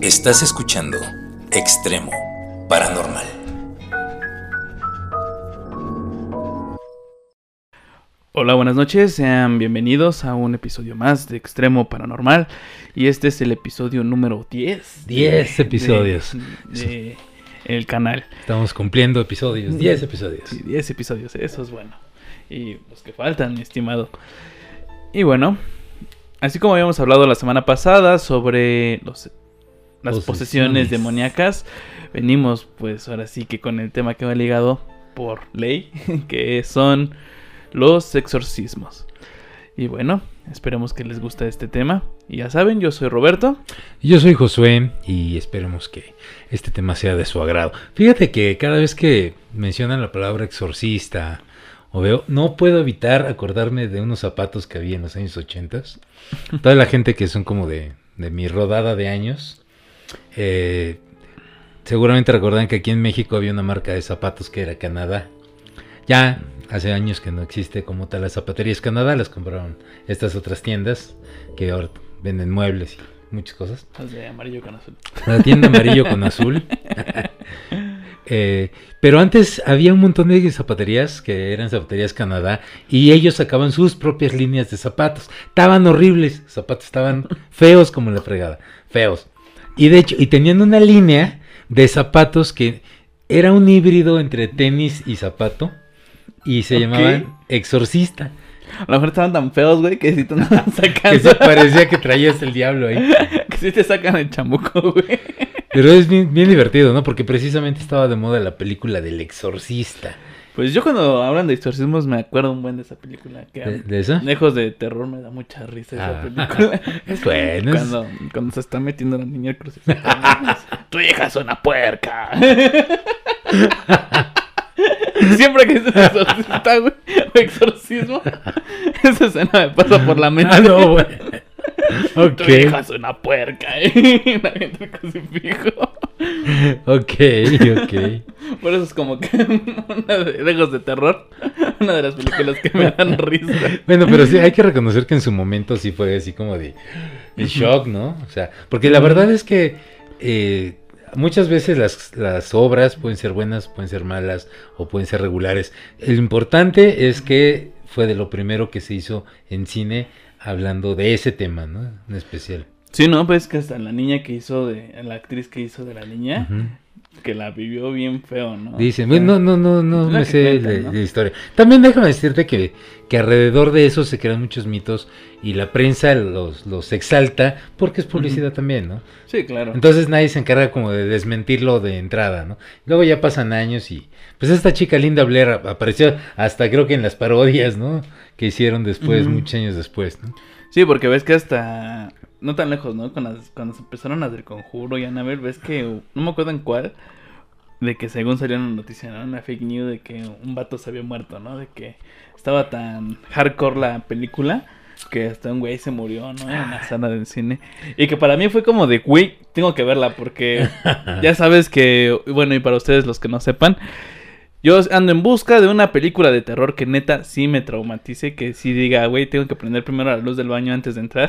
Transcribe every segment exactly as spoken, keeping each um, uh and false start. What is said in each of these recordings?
Estás escuchando Extremo Paranormal. Hola, buenas noches, sean bienvenidos a un episodio más de Extremo Paranormal. Y este es el episodio número diez. diez episodios. De, de el canal. Estamos cumpliendo episodios, diez episodios. Sí, diez episodios, eso es bueno. Y los que faltan, mi estimado. Y bueno, así como habíamos hablado la semana pasada sobre los, las posesiones, posesiones demoníacas, venimos pues ahora sí que con el tema que va ligado por ley, que son los exorcismos. Y bueno, esperemos que les guste este tema. Y ya saben, yo soy Roberto. Yo soy Josué y esperemos que este tema sea de su agrado. Fíjate que cada vez que mencionan la palabra exorcista o veo, no puedo evitar acordarme de unos zapatos que había en los años ochentas. Toda la gente que son como de, de mi rodada de años, eh, seguramente recordarán que aquí en México había una marca de zapatos que era Canadá. Ya hace años que no existe como tal las zapaterías Canadá, las compraron estas otras tiendas que ahora venden muebles y muchas cosas. Las de amarillo con azul. La tienda amarillo con azul. eh, pero antes había un montón de zapaterías que eran zapaterías Canadá y ellos sacaban sus propias líneas de zapatos. Estaban horribles, los zapatos estaban feos como la fregada, feos. Y de hecho, y tenían una línea de zapatos que era un híbrido entre tenis y zapato. Y se okay. llamaban Exorcista. A lo mejor estaban tan feos, güey, que si te andaban sacando. Que se parecía que traías el diablo ahí. Que si te sacan el chamuco, güey. Pero es bien, bien divertido, ¿no? Porque precisamente estaba de moda la película del Exorcista. Pues yo cuando hablan de exorcismos me acuerdo un buen de esa película. Que ¿De, de esa? Lejos de terror me da mucha risa esa ah, película. Es bueno. Cuando, cuando se está metiendo la niña al crucifijo. Tu hija es una puerca. Siempre que dices exorcista, güey, o exorcismo, esa escena me pasa por la mente. Ah, no, güey. Ok. Tu hija es una puerca, eh. La gente crucifijo. Ok, ok. Por eso es como que una de lejos de terror, una de las películas que me dan risa. Bueno, pero sí, hay que reconocer que en su momento sí fue así como de, de shock, ¿no? O sea, porque la verdad es que eh, muchas veces las, las obras pueden ser buenas, pueden ser malas o pueden ser regulares. Lo importante es que fue de lo primero que se hizo en cine hablando de ese tema, ¿no? En especial. Sí, no, pues que hasta la niña que hizo de, la actriz que hizo de la niña, uh-huh. que la vivió bien feo, ¿no? Dicen, bueno, no, no, no, no me sé la, ¿no? la historia. También déjame decirte que, que alrededor de eso se crean muchos mitos y la prensa los, los exalta porque es publicidad uh-huh. también, ¿no? Sí, claro. Entonces nadie se encarga como de desmentirlo de entrada, ¿no? Luego ya pasan años y pues esta chica Linda Blair apareció hasta creo que en las parodias, ¿no? Que hicieron después, uh-huh. muchos años después, ¿no? Sí, porque ves que hasta no tan lejos, ¿no? Cuando, cuando se empezaron a hacer Conjuro y Annabelle, ves que, no me acuerdo en cuál, de que según salió una noticia, ¿no? Una fake news de que un vato se había muerto, ¿no? De que estaba tan hardcore la película que hasta un güey se murió, ¿no? En la sala del cine. Y que para mí fue como de, güey, tengo que verla porque ya sabes que, bueno, y para ustedes los que no sepan, yo ando en busca de una película de terror que neta sí me traumatice, que sí diga, güey, tengo que prender primero la luz del baño antes de entrar,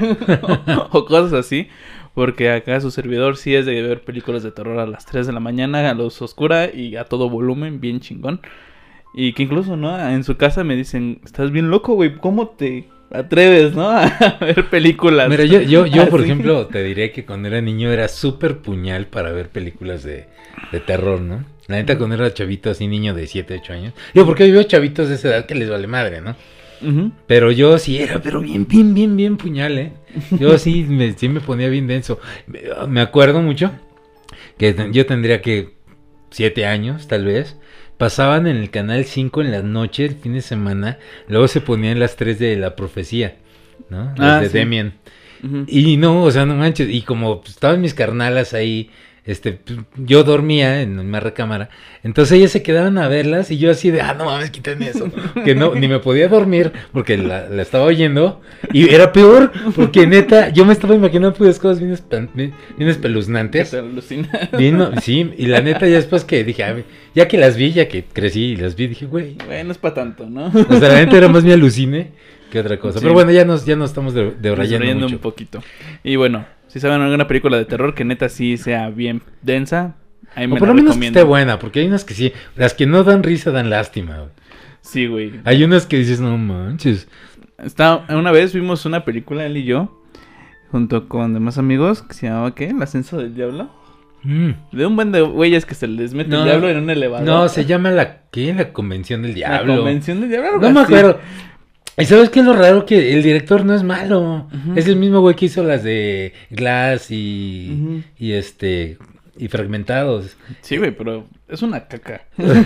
o, o cosas así, porque acá su servidor sí es de ver películas de terror a las tres de la mañana, a luz oscura y a todo volumen, bien chingón, y que incluso, ¿no? En su casa me dicen, estás bien loco, güey, ¿cómo te atreves, ¿no? A ver películas. Mira, yo, yo, yo por ejemplo, te diré que cuando era niño era súper puñal para ver películas de, de terror, ¿no? La neta, cuando era chavito, así niño de siete, ocho años. Yo, porque veo chavitos de esa edad que les vale madre, ¿no? Uh-huh. Pero yo sí era, pero bien, bien, bien, bien puñal, ¿eh? Yo sí me, sí me ponía bien denso. Me acuerdo mucho que yo tendría que siete años, tal vez. Pasaban en el canal cinco en las noches, el fin de semana. Luego se ponían las tres de La Profecía, ¿no? Las ah, de sí. Demian. Uh-huh. Y no, o sea, no manches. Y como pues, estaban mis carnalas ahí, este, yo dormía en mi recámara. Entonces ellas se quedaban a verlas y yo así de, ah, no mames, quítenme eso. Que no, ni me podía dormir porque la, la estaba oyendo. Y era peor, porque neta, yo me estaba imaginando pues cosas bien, espan- bien espeluznantes. Que te alucinas. Bien, no, sí, y la neta ya después que dije, ah, ya que las vi, ya que crecí y las vi, dije, güey. Bueno, es para tanto, ¿no? O sea, la neta era más mi alucine que otra cosa. Sí. Pero bueno, ya nos, ya nos estamos de, de rayando mucho. un poquito. Y bueno, Si saben alguna película de terror que neta sí sea bien densa, ahí me O por la lo menos que recomiendo. esté buena, porque hay unas que sí, las que no dan risa dan lástima, güey. Sí, güey. Hay unas que dices, no manches. Está, una vez vimos una película, él y yo, junto con demás amigos, que se llamaba, ¿qué? El ascenso del diablo. Mm. De un buen de güeyes que se les mete No, el diablo en un elevador. No, se llama la, ¿qué? La convención del La diablo. convención del diablo. algo No me así. acuerdo. ¿Y sabes qué es lo raro? Que el director no es malo. Ujú. Es el mismo güey que hizo las de Glass y, Ujú. y este y Fragmentados. Sí, güey, pero es una caca.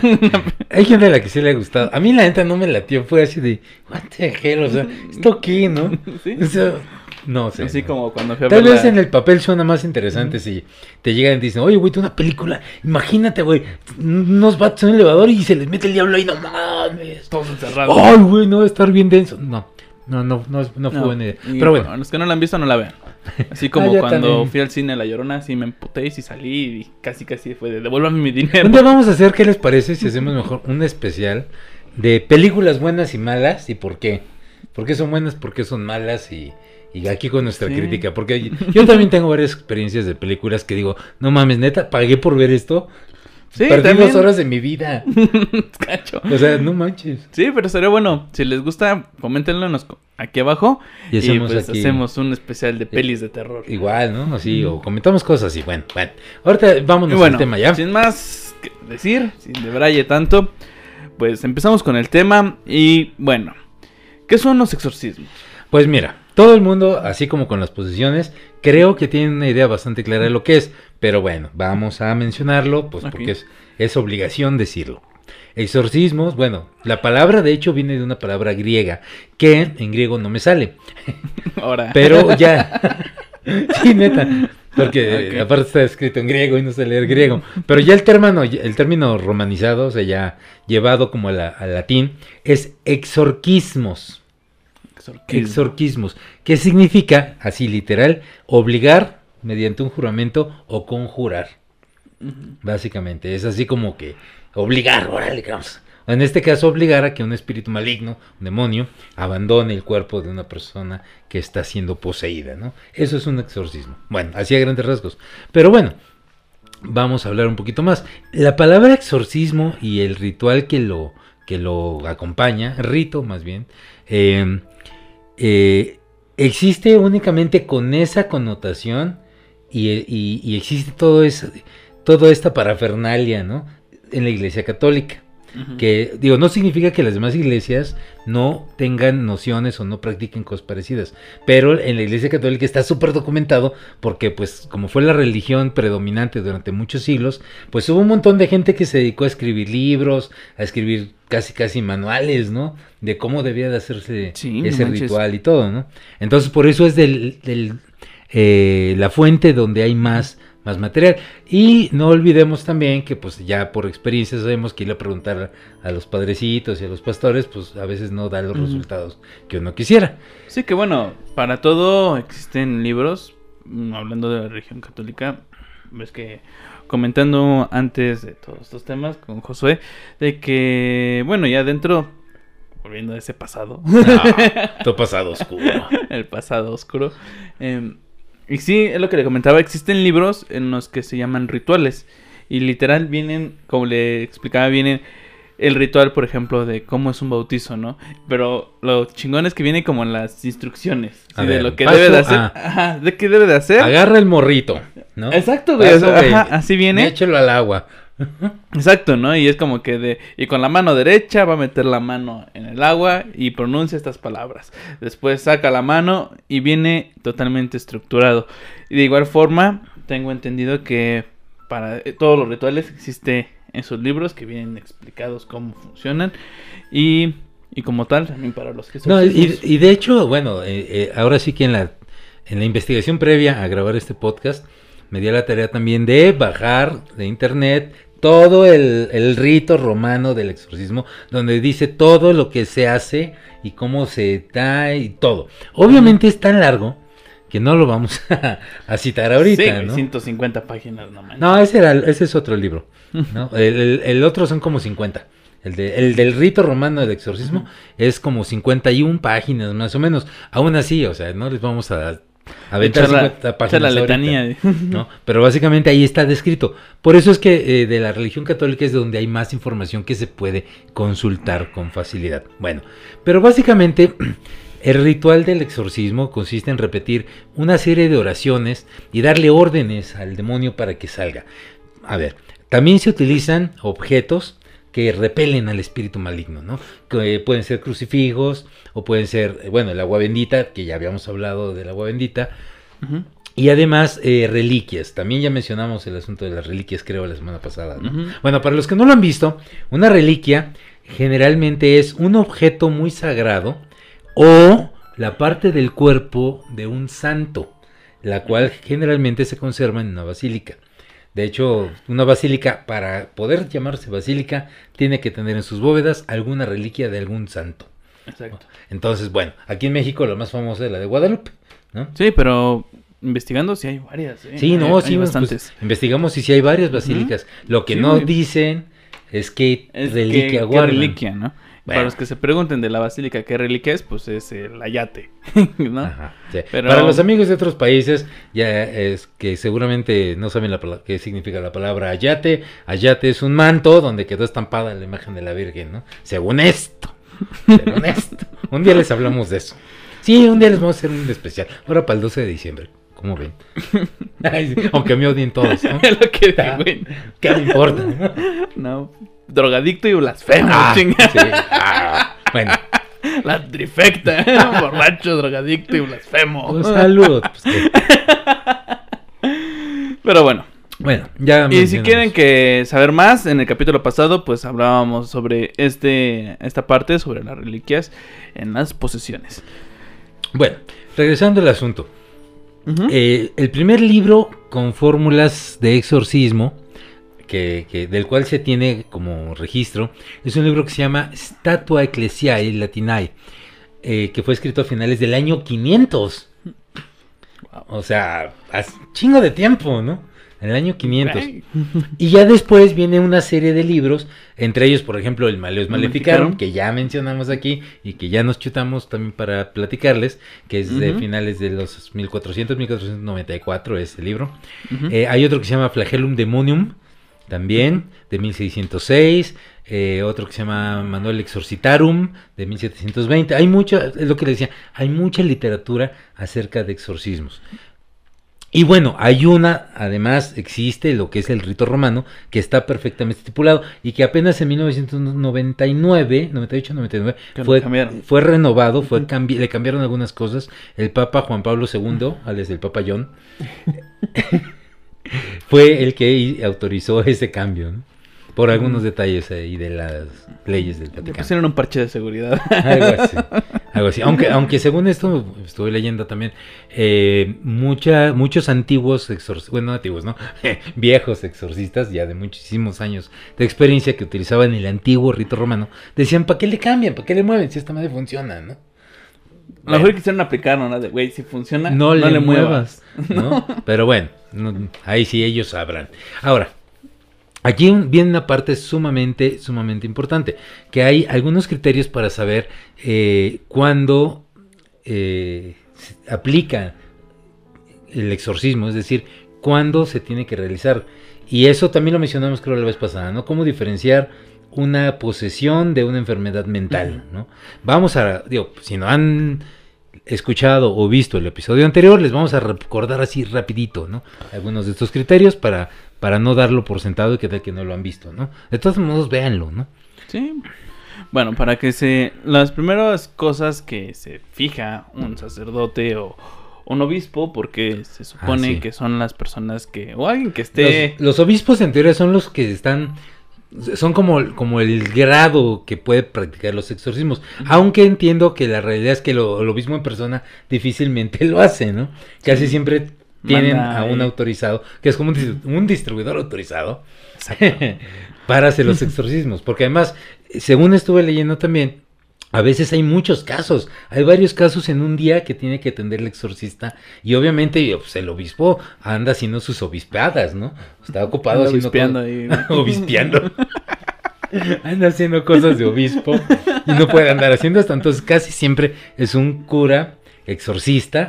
Hay gente a la que sí le ha gustado. A mí la neta no me latió. Fue así de, what the hell, o sea, ¿esto qué, no? ¿Sí? O sea, no sé. Así no. como cuando fui a Tal ver vez la- en el papel suena más interesante Ujú. si te llegan y dicen, oye, güey, tú una película, imagínate, güey, unos vatos en un elevador y se les mete el diablo ahí, no mames. Todos encerrados. Ay, güey, no va a estar bien denso. No, no, no, no, no fue No, buena idea. y Pero bueno, los que no la han visto no la vean. Así como Ah, yo cuando también. fui al cine a La Llorona, sí me emputé y sí salí y casi casi fue de devuélvame mi dinero. un día vamos a hacer, ¿qué les parece si hacemos mejor un especial de películas buenas y malas y por qué? ¿Por qué son buenas? ¿Por qué son malas? Y, y aquí con nuestra Sí. crítica. Porque yo también tengo varias experiencias de películas que digo, no mames, neta, pagué por ver esto. Sí, Perdí también. dos horas de mi vida. Cacho. O sea, no manches. Sí, pero sería bueno. Si les gusta, coméntenlo en los co- aquí abajo. Y Y, hacemos pues aquí- hacemos un especial de pelis de terror. Igual, ¿no? Así, o comentamos cosas así. Bueno, bueno. Ahorita vámonos Y bueno, al tema ya. sin más que decir, sin debraye tanto, pues empezamos con el tema. Y bueno, ¿qué son los exorcismos? Pues mira, todo el mundo, así como con las posesiones, creo que tienen una idea bastante clara de lo que es. Pero bueno, vamos a mencionarlo, pues Ok. porque es, es obligación decirlo. Exorcismos, bueno, la palabra de hecho viene de una palabra griega, que en griego no me sale. Ahora. Pero ya. Sí, neta. Porque Ok. eh, aparte está escrito en griego y no sé leer griego. Pero ya el término, el término romanizado, o sea, ya llevado como a la- al latín, es exorquismos. Exorcismo. Exorquismos. Que significa, así literal, obligar mediante un juramento o conjurar. Ujú. Básicamente. Es así como que obligar, órale, vamos. En este caso, obligar a que un espíritu maligno, un demonio, abandone el cuerpo de una persona que está siendo poseída, ¿no? Eso es un exorcismo. Bueno, así a grandes rasgos. Pero bueno, vamos a hablar un poquito más. La palabra exorcismo y el ritual que lo, que lo acompaña, rito más bien, eh, eh, existe únicamente con esa connotación y, y- y existe todo eso, toda esta parafernalia, ¿no? En la Iglesia Católica. Ujú. Que, digo, no significa que las demás iglesias no tengan nociones o no practiquen cosas parecidas, pero en la Iglesia Católica está súper documentado porque, pues, como fue la religión predominante durante muchos siglos, pues hubo un montón de gente que se dedicó a escribir libros, a escribir casi casi manuales, ¿no? De cómo debía de hacerse Sí, no ese manches. ritual y todo, ¿no? Entonces, por eso es del, del, eh, la fuente donde hay más más material. Y no olvidemos también que pues ya por experiencia sabemos que ir a preguntar a, a los padrecitos y a los pastores, pues a veces no da los Ujú. resultados que uno quisiera. Sí, que bueno, para todo existen libros. mm, Hablando de la religión católica, ves que comentando antes de todos estos temas con Josué, de que, bueno, ya dentro, volviendo a ese pasado, Todo pasado oscuro. el pasado oscuro. eh, y sí, es lo que le comentaba, existen libros en los que se llaman rituales. Y literal vienen, como le explicaba, vienen el ritual, por ejemplo, de cómo es un bautizo, ¿no? Pero lo chingón es que viene como en las instrucciones, A ¿sí? ver, de lo que paso debe de hacer. A. Ajá, de qué debe de hacer. Agarra el morrito, ¿no? Exacto, güey. Paso o sea, B, ajá, así viene. Échalo al agua. Exacto, ¿no? Y es como que de... Y con la mano derecha va a meter la mano en el agua y pronuncia estas palabras. Después saca la mano y viene totalmente estructurado. Y de igual forma, tengo entendido que para eh, todos los rituales existe esos libros que vienen explicados cómo funcionan. Y, y como tal, también para los que No, y, y de hecho, bueno, eh, eh, ahora sí que en la, en la investigación previa a grabar este podcast, me di a la tarea también de bajar de internet todo el, el rito romano del exorcismo, donde dice todo lo que se hace y cómo se da y todo. Obviamente es tan largo que no lo vamos a, a citar ahorita, Sí, güey, ¿no? ciento cincuenta páginas, no manches. No, ese, era, ese es otro libro, ¿no? El, el- el otro son como cincuenta. El, de, el del rito romano del exorcismo Ujú. es como cincuenta y una páginas más o menos. Aún así, o sea, no les vamos a aventar Echar la- cincuenta echar páginas la ahorita, letanía. ¿no? Pero básicamente ahí está descrito. Por eso es que eh, de la religión católica es donde hay más información que se puede consultar con facilidad. Bueno, pero básicamente el ritual del exorcismo consiste en repetir una serie de oraciones y darle órdenes al demonio para que salga. A ver, también se utilizan objetos que repelen al espíritu maligno, ¿no? Que pueden ser crucifijos o pueden ser, bueno, el agua bendita, que ya habíamos hablado del agua bendita, Ujú, y además eh, reliquias. También ya mencionamos el asunto de las reliquias, creo, la semana pasada, ¿no? ujú. Bueno, para los que no lo han visto, una reliquia generalmente es un objeto muy sagrado o la parte del cuerpo de un santo, la cual generalmente se conserva en una basílica. De hecho, una basílica, para poder llamarse basílica, tiene que tener en sus bóvedas alguna reliquia de algún santo. Exacto. Entonces, bueno, aquí en México la más famosa es la de Guadalupe, ¿no? Sí, pero investigando sí hay varias. ¿eh? Sí, Hay- no, hay sí, pues, bastantes. investigamos si sí hay varias basílicas. Lo que Sí, no güey. dicen es que Es reliquia que, ¿qué guardan. reliquia, ¿no? Bueno. Para los que se pregunten de la basílica qué reliquia es, pues es el ayate, ¿no? Ajá, sí. Pero- Para los amigos de otros países, ya es que seguramente no saben la pala- qué significa la palabra ayate. Ayate es un manto donde quedó estampada la imagen de la Virgen, ¿no? Según esto. Según esto. Un día les hablamos de eso. Sí, un día les vamos a hacer un especial. Ahora para el doce de diciembre. ¿Cómo ven? Ay, sí, aunque me odien todos, ¿no? Es lo que digo, güey. ¿Qué me importa? ¿no? No, drogadicto y blasfemo, Ah, chinga. sí. Ah, bueno. La trifecta, borracho, drogadicto y blasfemo. Pues, salud. Pues, ¿qué? Pero bueno, Bueno, ya y si mencionamos. quieren que saber más, en el capítulo pasado pues hablábamos sobre este esta parte, sobre las reliquias en las posesiones. Bueno, regresando al asunto. Ujú. Eh, el primer libro con fórmulas de exorcismo, que, que- del cual se tiene como registro, es un libro que se llama Statua Ecclesiae Latinae, eh, que fue escrito a finales del año quinientos. O sea, hace chingo de tiempo, ¿no? En el año quinientos. Ay. Y ya después viene una serie de libros, entre ellos, por ejemplo, el Maleus Maleficarum, Maleficarum. que ya mencionamos aquí y que ya nos chutamos también para platicarles, que es de Ujú. finales de los mil cuatrocientos, mil cuatrocientos noventa y cuatro ese libro. Ujú. Eh, hay otro que se llama Flagellum Demonium, también, de mil seiscientos seis. Eh, otro que se llama Manual Exorcitarum, de mil setecientos veinte. Hay mucha, es lo que les decía, hay mucha literatura acerca de exorcismos. Y bueno, hay una, además existe lo que es el rito romano, que está perfectamente estipulado y que apenas en mil novecientos noventa y nueve, noventa y ocho, noventa y nueve, Que lo fue, cambiaron. fue renovado, fue Ujú. cambi- le cambiaron algunas cosas. El Papa Juan Pablo segundo, alias el Papa John, fue el que i- autorizó ese cambio, ¿no? Por algunos detalles ahí de las leyes del Le Vaticano. pusieron un parche de seguridad. Algo así, algo así. Aunque, aunque según esto, estuve leyendo también, eh, mucha, muchos antiguos exorcistas, bueno, no antiguos, ¿no? Viejos exorcistas, ya de muchísimos años de experiencia que utilizaban el antiguo rito romano, decían, ¿para qué le cambian? ¿Para qué le mueven? Si esta madre funciona, ¿no? A lo mejor quisieron aplicar, ¿no? De, güey, si funciona, No, no, le, le muevas, muevas. ¿no? Pero bueno, no- ahí sí ellos sabrán. Ahora, aquí viene una parte sumamente, sumamente importante, que hay algunos criterios para saber eh, cuándo eh, se aplica el exorcismo, es decir, cuándo se tiene que realizar. Y eso también lo mencionamos creo la vez pasada, ¿no? Cómo diferenciar una posesión de una enfermedad mental, ¿no? Vamos a, digo, si no han escuchado o visto el episodio anterior, les vamos a recordar así rapidito, ¿no? Algunos de estos criterios para, para no darlo por sentado y que tal que no lo han visto, ¿no? De todos modos, véanlo, ¿no? Sí. Bueno, para que se... Las primeras cosas que se fija un sacerdote o un obispo, porque se supone Ah, sí. que son las personas que... O alguien que esté... Los, los obispos en teoría son los que están, son como, como el grado que puede practicar los exorcismos, aunque entiendo que la realidad es que lo, el obispo en persona difícilmente lo hace, ¿no? Casi Sí. siempre tienen Manda a un ahí. autorizado, que es como un, dis- un distribuidor autorizado Exacto. para hacer los exorcismos, porque además, según estuve leyendo también, a veces hay muchos casos, hay varios casos en un día que tiene que atender el exorcista y obviamente pues, el obispo anda haciendo sus obispadas, ¿no? Está ocupado Anda haciendo obispeando co- ahí. obispeando. Anda haciendo cosas de obispo y no puede andar haciendo esto, entonces casi siempre es un cura exorcista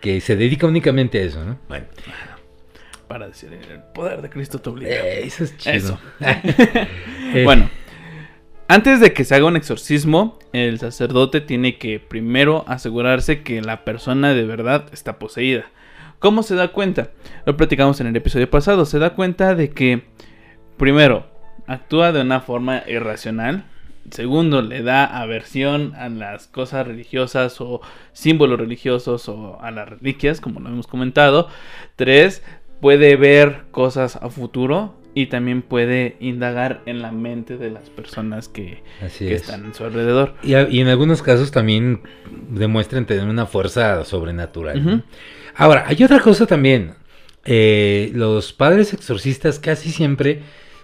que se dedica únicamente a eso, ¿no? Bueno. Para decir, el poder de Cristo te obliga. Eh, eso es chido. Eso. Eh, Bueno, antes de que se haga un exorcismo, el sacerdote tiene que primero asegurarse que la persona de verdad está poseída. ¿Cómo se da cuenta? Lo platicamos en el episodio pasado. Se da cuenta de que, primero, actúa de una forma irracional. Segundo, le da aversión a las cosas religiosas o símbolos religiosos o a las reliquias, como lo hemos comentado. Tres, puede ver cosas a futuro y también puede indagar en la mente de las personas que, Así que es. están en su alrededor. Y, a- y en algunos casos también demuestran tener una fuerza sobrenatural, ¿no? Ujú. Ahora, hay otra cosa también. Eh, los padres exorcistas casi siempre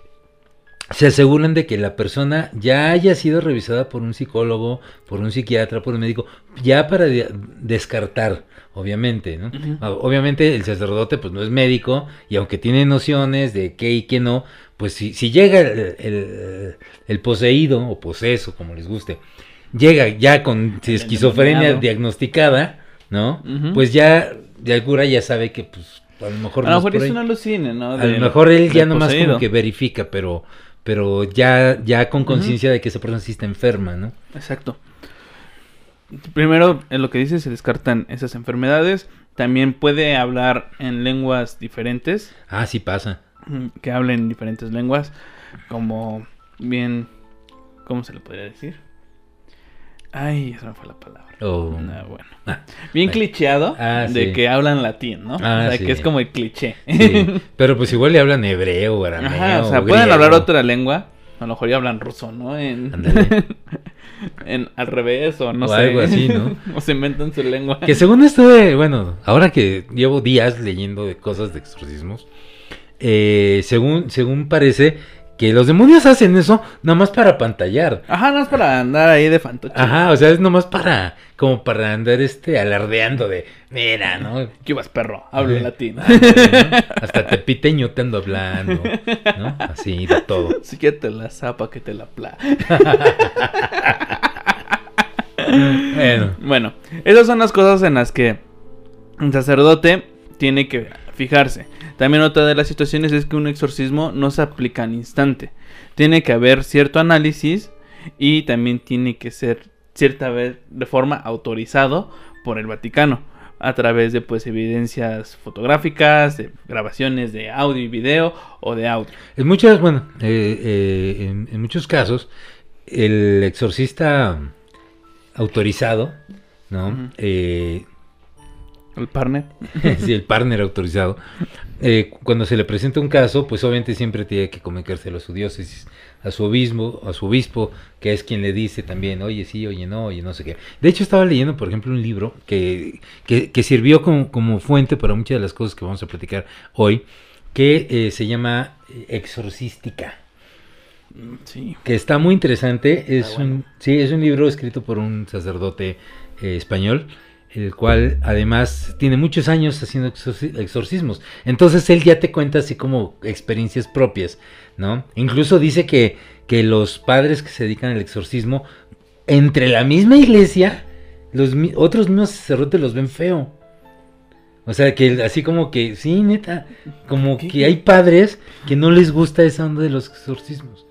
se aseguran de que la persona ya haya sido revisada por un psicólogo, por un psiquiatra, por un médico, ya para de- descartar, obviamente, ¿no? Ujú. Ah, Obviamente el sacerdote pues no es médico y aunque tiene nociones de qué y qué no, pues si, si llega el, el- el poseído o poseso, como les guste, llega ya con El esquizofrenia endemoniado. diagnosticada, ¿no? Ujú. Pues ya, ya el cura ya sabe que pues a lo mejor A no lo es mejor por es ahí. un alucine, ¿no? A Del- lo mejor él ya del nomás poseído. como que verifica, pero pero ya ya con conciencia de que esa persona sí está enferma, ¿no? Exacto. Primero, en lo que dice, se descartan esas enfermedades. También puede hablar en lenguas diferentes, Ah, sí pasa. mm, que hablen diferentes lenguas, como bien, ¿cómo se le podría decir? Ay, esa me fue la palabra. O- No, bueno. Ah, Bien bueno. clicheado Ah, de sí. que hablan latín, ¿no? Ah, o sea, sí. que es como el cliché. sí. Pero pues igual le hablan hebreo, arameo, Ajá, o sea, o pueden griego. hablar otra lengua. A lo mejor ya hablan ruso, ¿no? En, Ándale. en al revés o no O sé. algo así, ¿no? o se inventan su lengua. Que según estuve, bueno, ahora que llevo días leyendo de cosas de exorcismos, eh, según, según parece que los demonios hacen eso nomás para pantallar. Ajá, no es para andar ahí de fantoche. Ajá, o sea, es nomás para, como para andar este alardeando de, mira, ¿no? ¿Qué vas, perro? Hablo Ajá. latín. Ándale, ¿no? Hasta tepiteño te ando hablando, ¿no? Así, de todo. Si quieres te la zapa que te la pla. Bueno, Bueno, esas son las cosas en las que un sacerdote tiene que fijarse. También otra de las situaciones es que un exorcismo no se aplica al instante. Tiene que haber cierto análisis y también tiene que ser cierta vez de forma autorizado por el Vaticano a través de pues evidencias fotográficas, de grabaciones de audio y video o de audio. en muchas, bueno, eh, eh, en, en muchos casos, el exorcista autorizado, ¿no? Ujú. Eh, El partner. sí, el partner autorizado. Eh, cuando se le presenta un caso, pues obviamente siempre tiene que comunicárselo a su diócesis, a su obispo, a su obispo, que es quien le dice también, oye sí, oye no, oye no sé qué. De hecho, estaba leyendo, por ejemplo, un libro que, que, que sirvió como, como fuente para muchas de las cosas que vamos a platicar hoy, que eh, se llama Exorcística, Sí. que está muy interesante. Es bueno. un, sí, es un libro escrito por un sacerdote eh, español, el cual además tiene muchos años haciendo exorci- exorcismos. Entonces él ya te cuenta así como experiencias propias, ¿no? Incluso dice que, que los padres que se dedican al exorcismo, entre la misma iglesia, los mi- otros mismos sacerdotes los ven feo. O sea, que así como que, sí, neta, como ¿Qué? que hay padres que no les gusta esa onda de los exorcismos.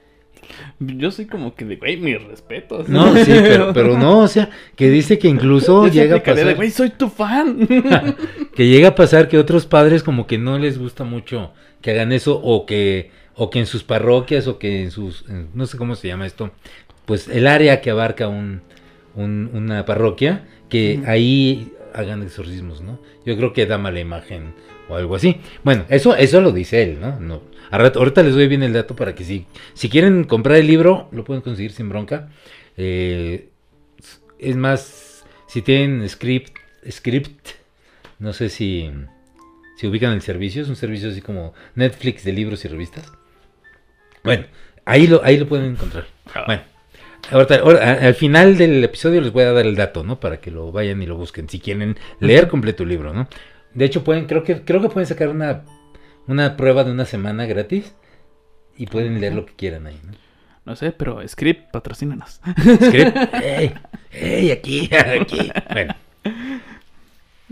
Yo soy como que de, güey, mis respetos. No, sí, pero, pero no, o sea, que dice que incluso Yo sí llega a aplicaría de, pasar, güey, soy tu fan. que llega a pasar que otros padres como que no les gusta mucho que hagan eso, o que, o que en sus parroquias, o que en sus, en- no sé cómo se llama esto, pues el área que abarca un, un- una parroquia, que Ujú. ahí hagan exorcismos, ¿no? Yo creo que da mala imagen o algo así. Bueno, eso, eso lo dice él, ¿no? No. A rato- ahorita les doy bien el dato para que si, si quieren comprar el libro, lo pueden conseguir sin bronca. Eh, es más, si tienen script, script, no sé si, si ubican el servicio, es un servicio así como Netflix de libros y revistas. Bueno, ahí lo, ahí lo pueden encontrar. Bueno, ahorita, ahora, a- al final del episodio les voy a dar el dato, ¿no? Para que lo vayan y lo busquen, si quieren leer completo el libro, ¿no? De hecho, pueden, creo que, creo que pueden sacar una, una prueba de una semana gratis y pueden leer lo que quieran ahí, ¿no? No sé, pero Script, patrocínanos. Script, ¡ey! ¡Ey! Aquí, aquí. Bueno,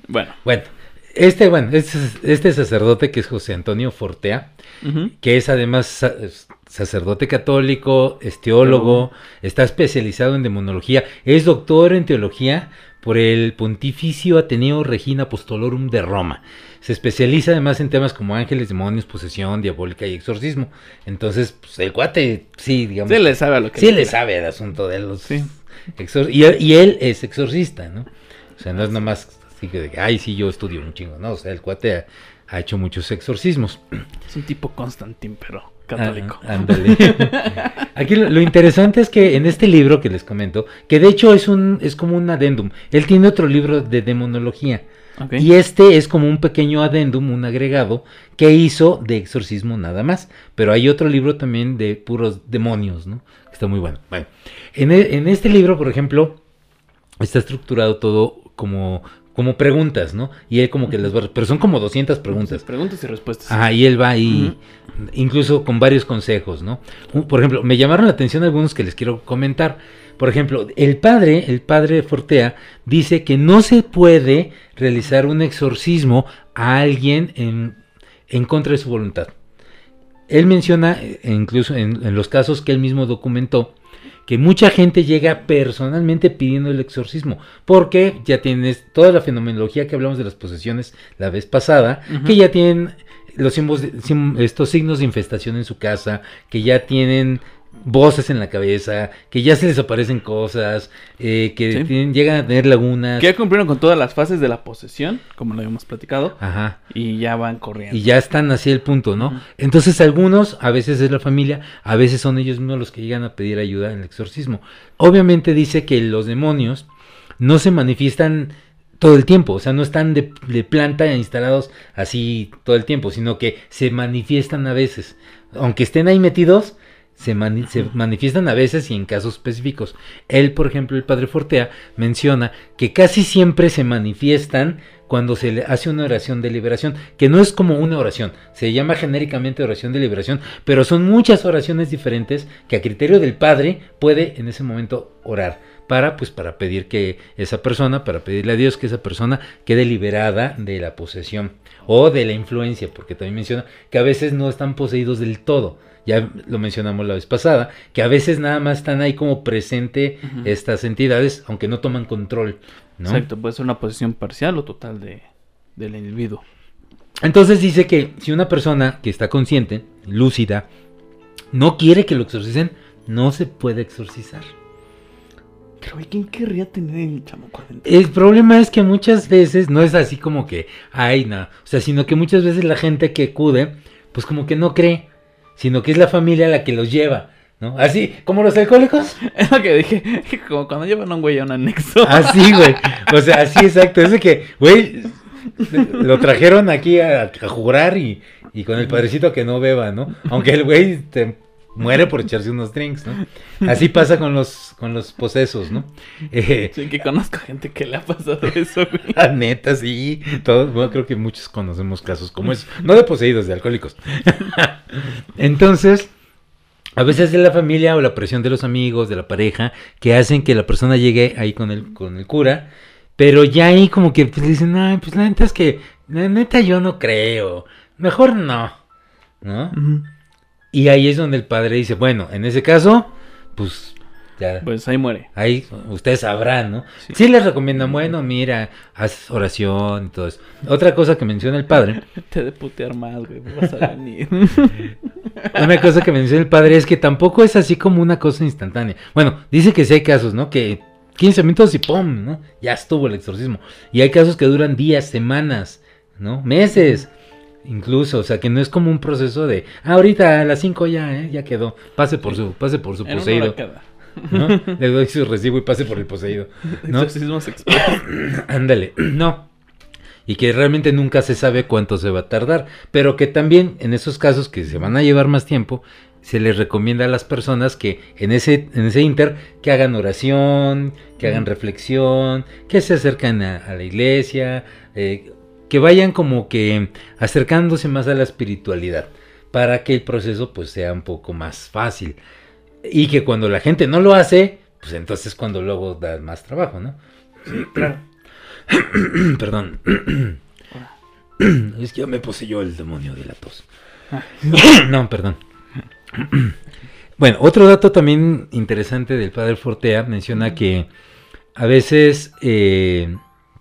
Bueno. Bueno, este, bueno, este, este sacerdote que es José Antonio Fortea, uh-huh. que es además sa- sacerdote católico, es teólogo, uh-huh. está especializado en demonología, es doctor en teología por el Pontificio Ateneo Regina Apostolorum de Roma. Se especializa además en temas como ángeles, demonios, posesión, diabólica y exorcismo. Entonces, pues, el cuate, sí, digamos. Sí le sabe a lo que Sí le sabe el asunto de los sí. exor- y, y él es exorcista, ¿no? O sea, no es nomás así que, ay, sí, yo estudio un chingo, ¿no? O sea, el cuate ha, ha hecho muchos exorcismos. Es un tipo Constantín, pero católico. Ah, ándale. Aquí lo, lo interesante es que en este libro que les comento, que de hecho es un es como un adendum, él tiene otro libro de demonología. Okay. Y este es como un pequeño adendum, un agregado que hizo de exorcismo nada más. Pero hay otro libro también de puros demonios, ¿no? Que está muy bueno. Bueno, en, e, en este libro, por ejemplo, está estructurado todo como, como preguntas, ¿no? Y él como que las va... Pero son como doscientas preguntas. Preguntas y respuestas. Ajá, y él va ahí, uh-huh. incluso con varios consejos, ¿no? Por ejemplo, me llamaron la atención algunos que les quiero comentar. Por ejemplo, el padre, el padre Fortea, dice que no se puede realizar un exorcismo a alguien en, en contra de su voluntad. Él menciona, incluso en, en los casos que él mismo documentó, que mucha gente llega personalmente pidiendo el exorcismo, porque ya tienes toda la fenomenología que hablamos de las posesiones la vez pasada, uh-huh. que ya tienen los símbolos, estos signos de infestación en su casa, que ya tienen voces en la cabeza, que ya se les aparecen cosas, eh, que sí. tienen, llegan a tener lagunas. Que ya cumplieron con todas las fases de la posesión, como lo habíamos platicado. Ajá. Y ya van corriendo. Y ya están hacia el punto, ¿no? Uh-huh. Entonces algunos, a veces es la familia, a veces son ellos mismos los que llegan a pedir ayuda en el exorcismo. Obviamente dice que los demonios no se manifiestan todo el tiempo, o sea, no están de, de planta instalados así todo el tiempo, sino que se manifiestan a veces. Aunque estén ahí metidos, Se, mani- se manifiestan a veces y en casos específicos. Él, por ejemplo, el padre Fortea, menciona que casi siempre se manifiestan cuando se le hace una oración de liberación, que no es como una oración, se llama genéricamente oración de liberación, pero son muchas oraciones diferentes que a criterio del padre puede en ese momento orar, para, pues, para pedir que esa persona, para pedirle a Dios que esa persona quede liberada de la posesión o de la influencia, porque también menciona que a veces no están poseídos del todo. Ya lo mencionamos la vez pasada, que a veces nada más están ahí como presente uh-huh. estas entidades, aunque no toman control, ¿no? Exacto, puede ser una posesión parcial o total de, del individuo. Entonces dice que si una persona que está consciente, lúcida, no quiere que lo exorcicen, no se puede exorcizar. Pero ¿quién querría tener el chamaco adentro? El problema es que muchas veces no es así como que, ay, no, o sea, sino que muchas veces la gente que acude, pues como que no cree, sino que es la familia la que los lleva, ¿no? Así, como los alcohólicos. Es lo que dije, como cuando llevan a un güey a un anexo. Así, güey, o sea, así exacto, es de que, güey, lo trajeron aquí a, a jurar y, y con el padrecito que no beba, ¿no? Aunque el güey te muere por echarse unos drinks, ¿no? Así pasa con los con los posesos, ¿no? Eh, sí, que conozco gente que le ha pasado eso, güey. La neta, sí. Todos, bueno, creo que muchos conocemos casos como eso. No de poseídos, de alcohólicos. Entonces, a veces es la familia o la presión de los amigos, de la pareja, que hacen que la persona llegue ahí con el, con el cura, pero ya ahí como que pues, dicen, ay, pues la neta es que, la neta yo no creo, mejor no, ¿no? Uh-huh. Y ahí es donde el padre dice, bueno, en ese caso, pues ya. Pues ahí muere. Ahí ustedes sabrán, ¿no? Sí, sí les recomiendan, bueno, mira, haz oración y todo eso. Otra cosa que menciona el padre. Te de putear más, güey, vas a venir. Una cosa que menciona el padre es que tampoco es así como una cosa instantánea. Bueno, dice que sí hay casos, ¿no? Que quince minutos y ¡pum!, ¿no? Ya estuvo el exorcismo. Y hay casos que duran días, semanas, ¿no? Meses. Incluso, o sea, que no es como un proceso de, ah, ahorita a las cinco ya, ¿eh? Ya quedó, pase por su, pase por su en poseído, ¿no? Le doy su recibo y pase por el poseído, ¿no? Ándale, no. Y que realmente nunca se sabe cuánto se va a tardar, pero que también en esos casos que se van a llevar más tiempo, se les recomienda a las personas que en ese, en ese inter, que hagan oración, que hagan reflexión, que se acercan a, a la iglesia, eh, que vayan como que acercándose más a la espiritualidad para que el proceso pues sea un poco más fácil y que cuando la gente no lo hace pues entonces cuando luego da más trabajo, ¿no? Sí, claro. Perdón. Es que ya me poseyó el demonio de la tos. No, perdón. Bueno, otro dato también interesante del padre Fortea menciona que a veces eh,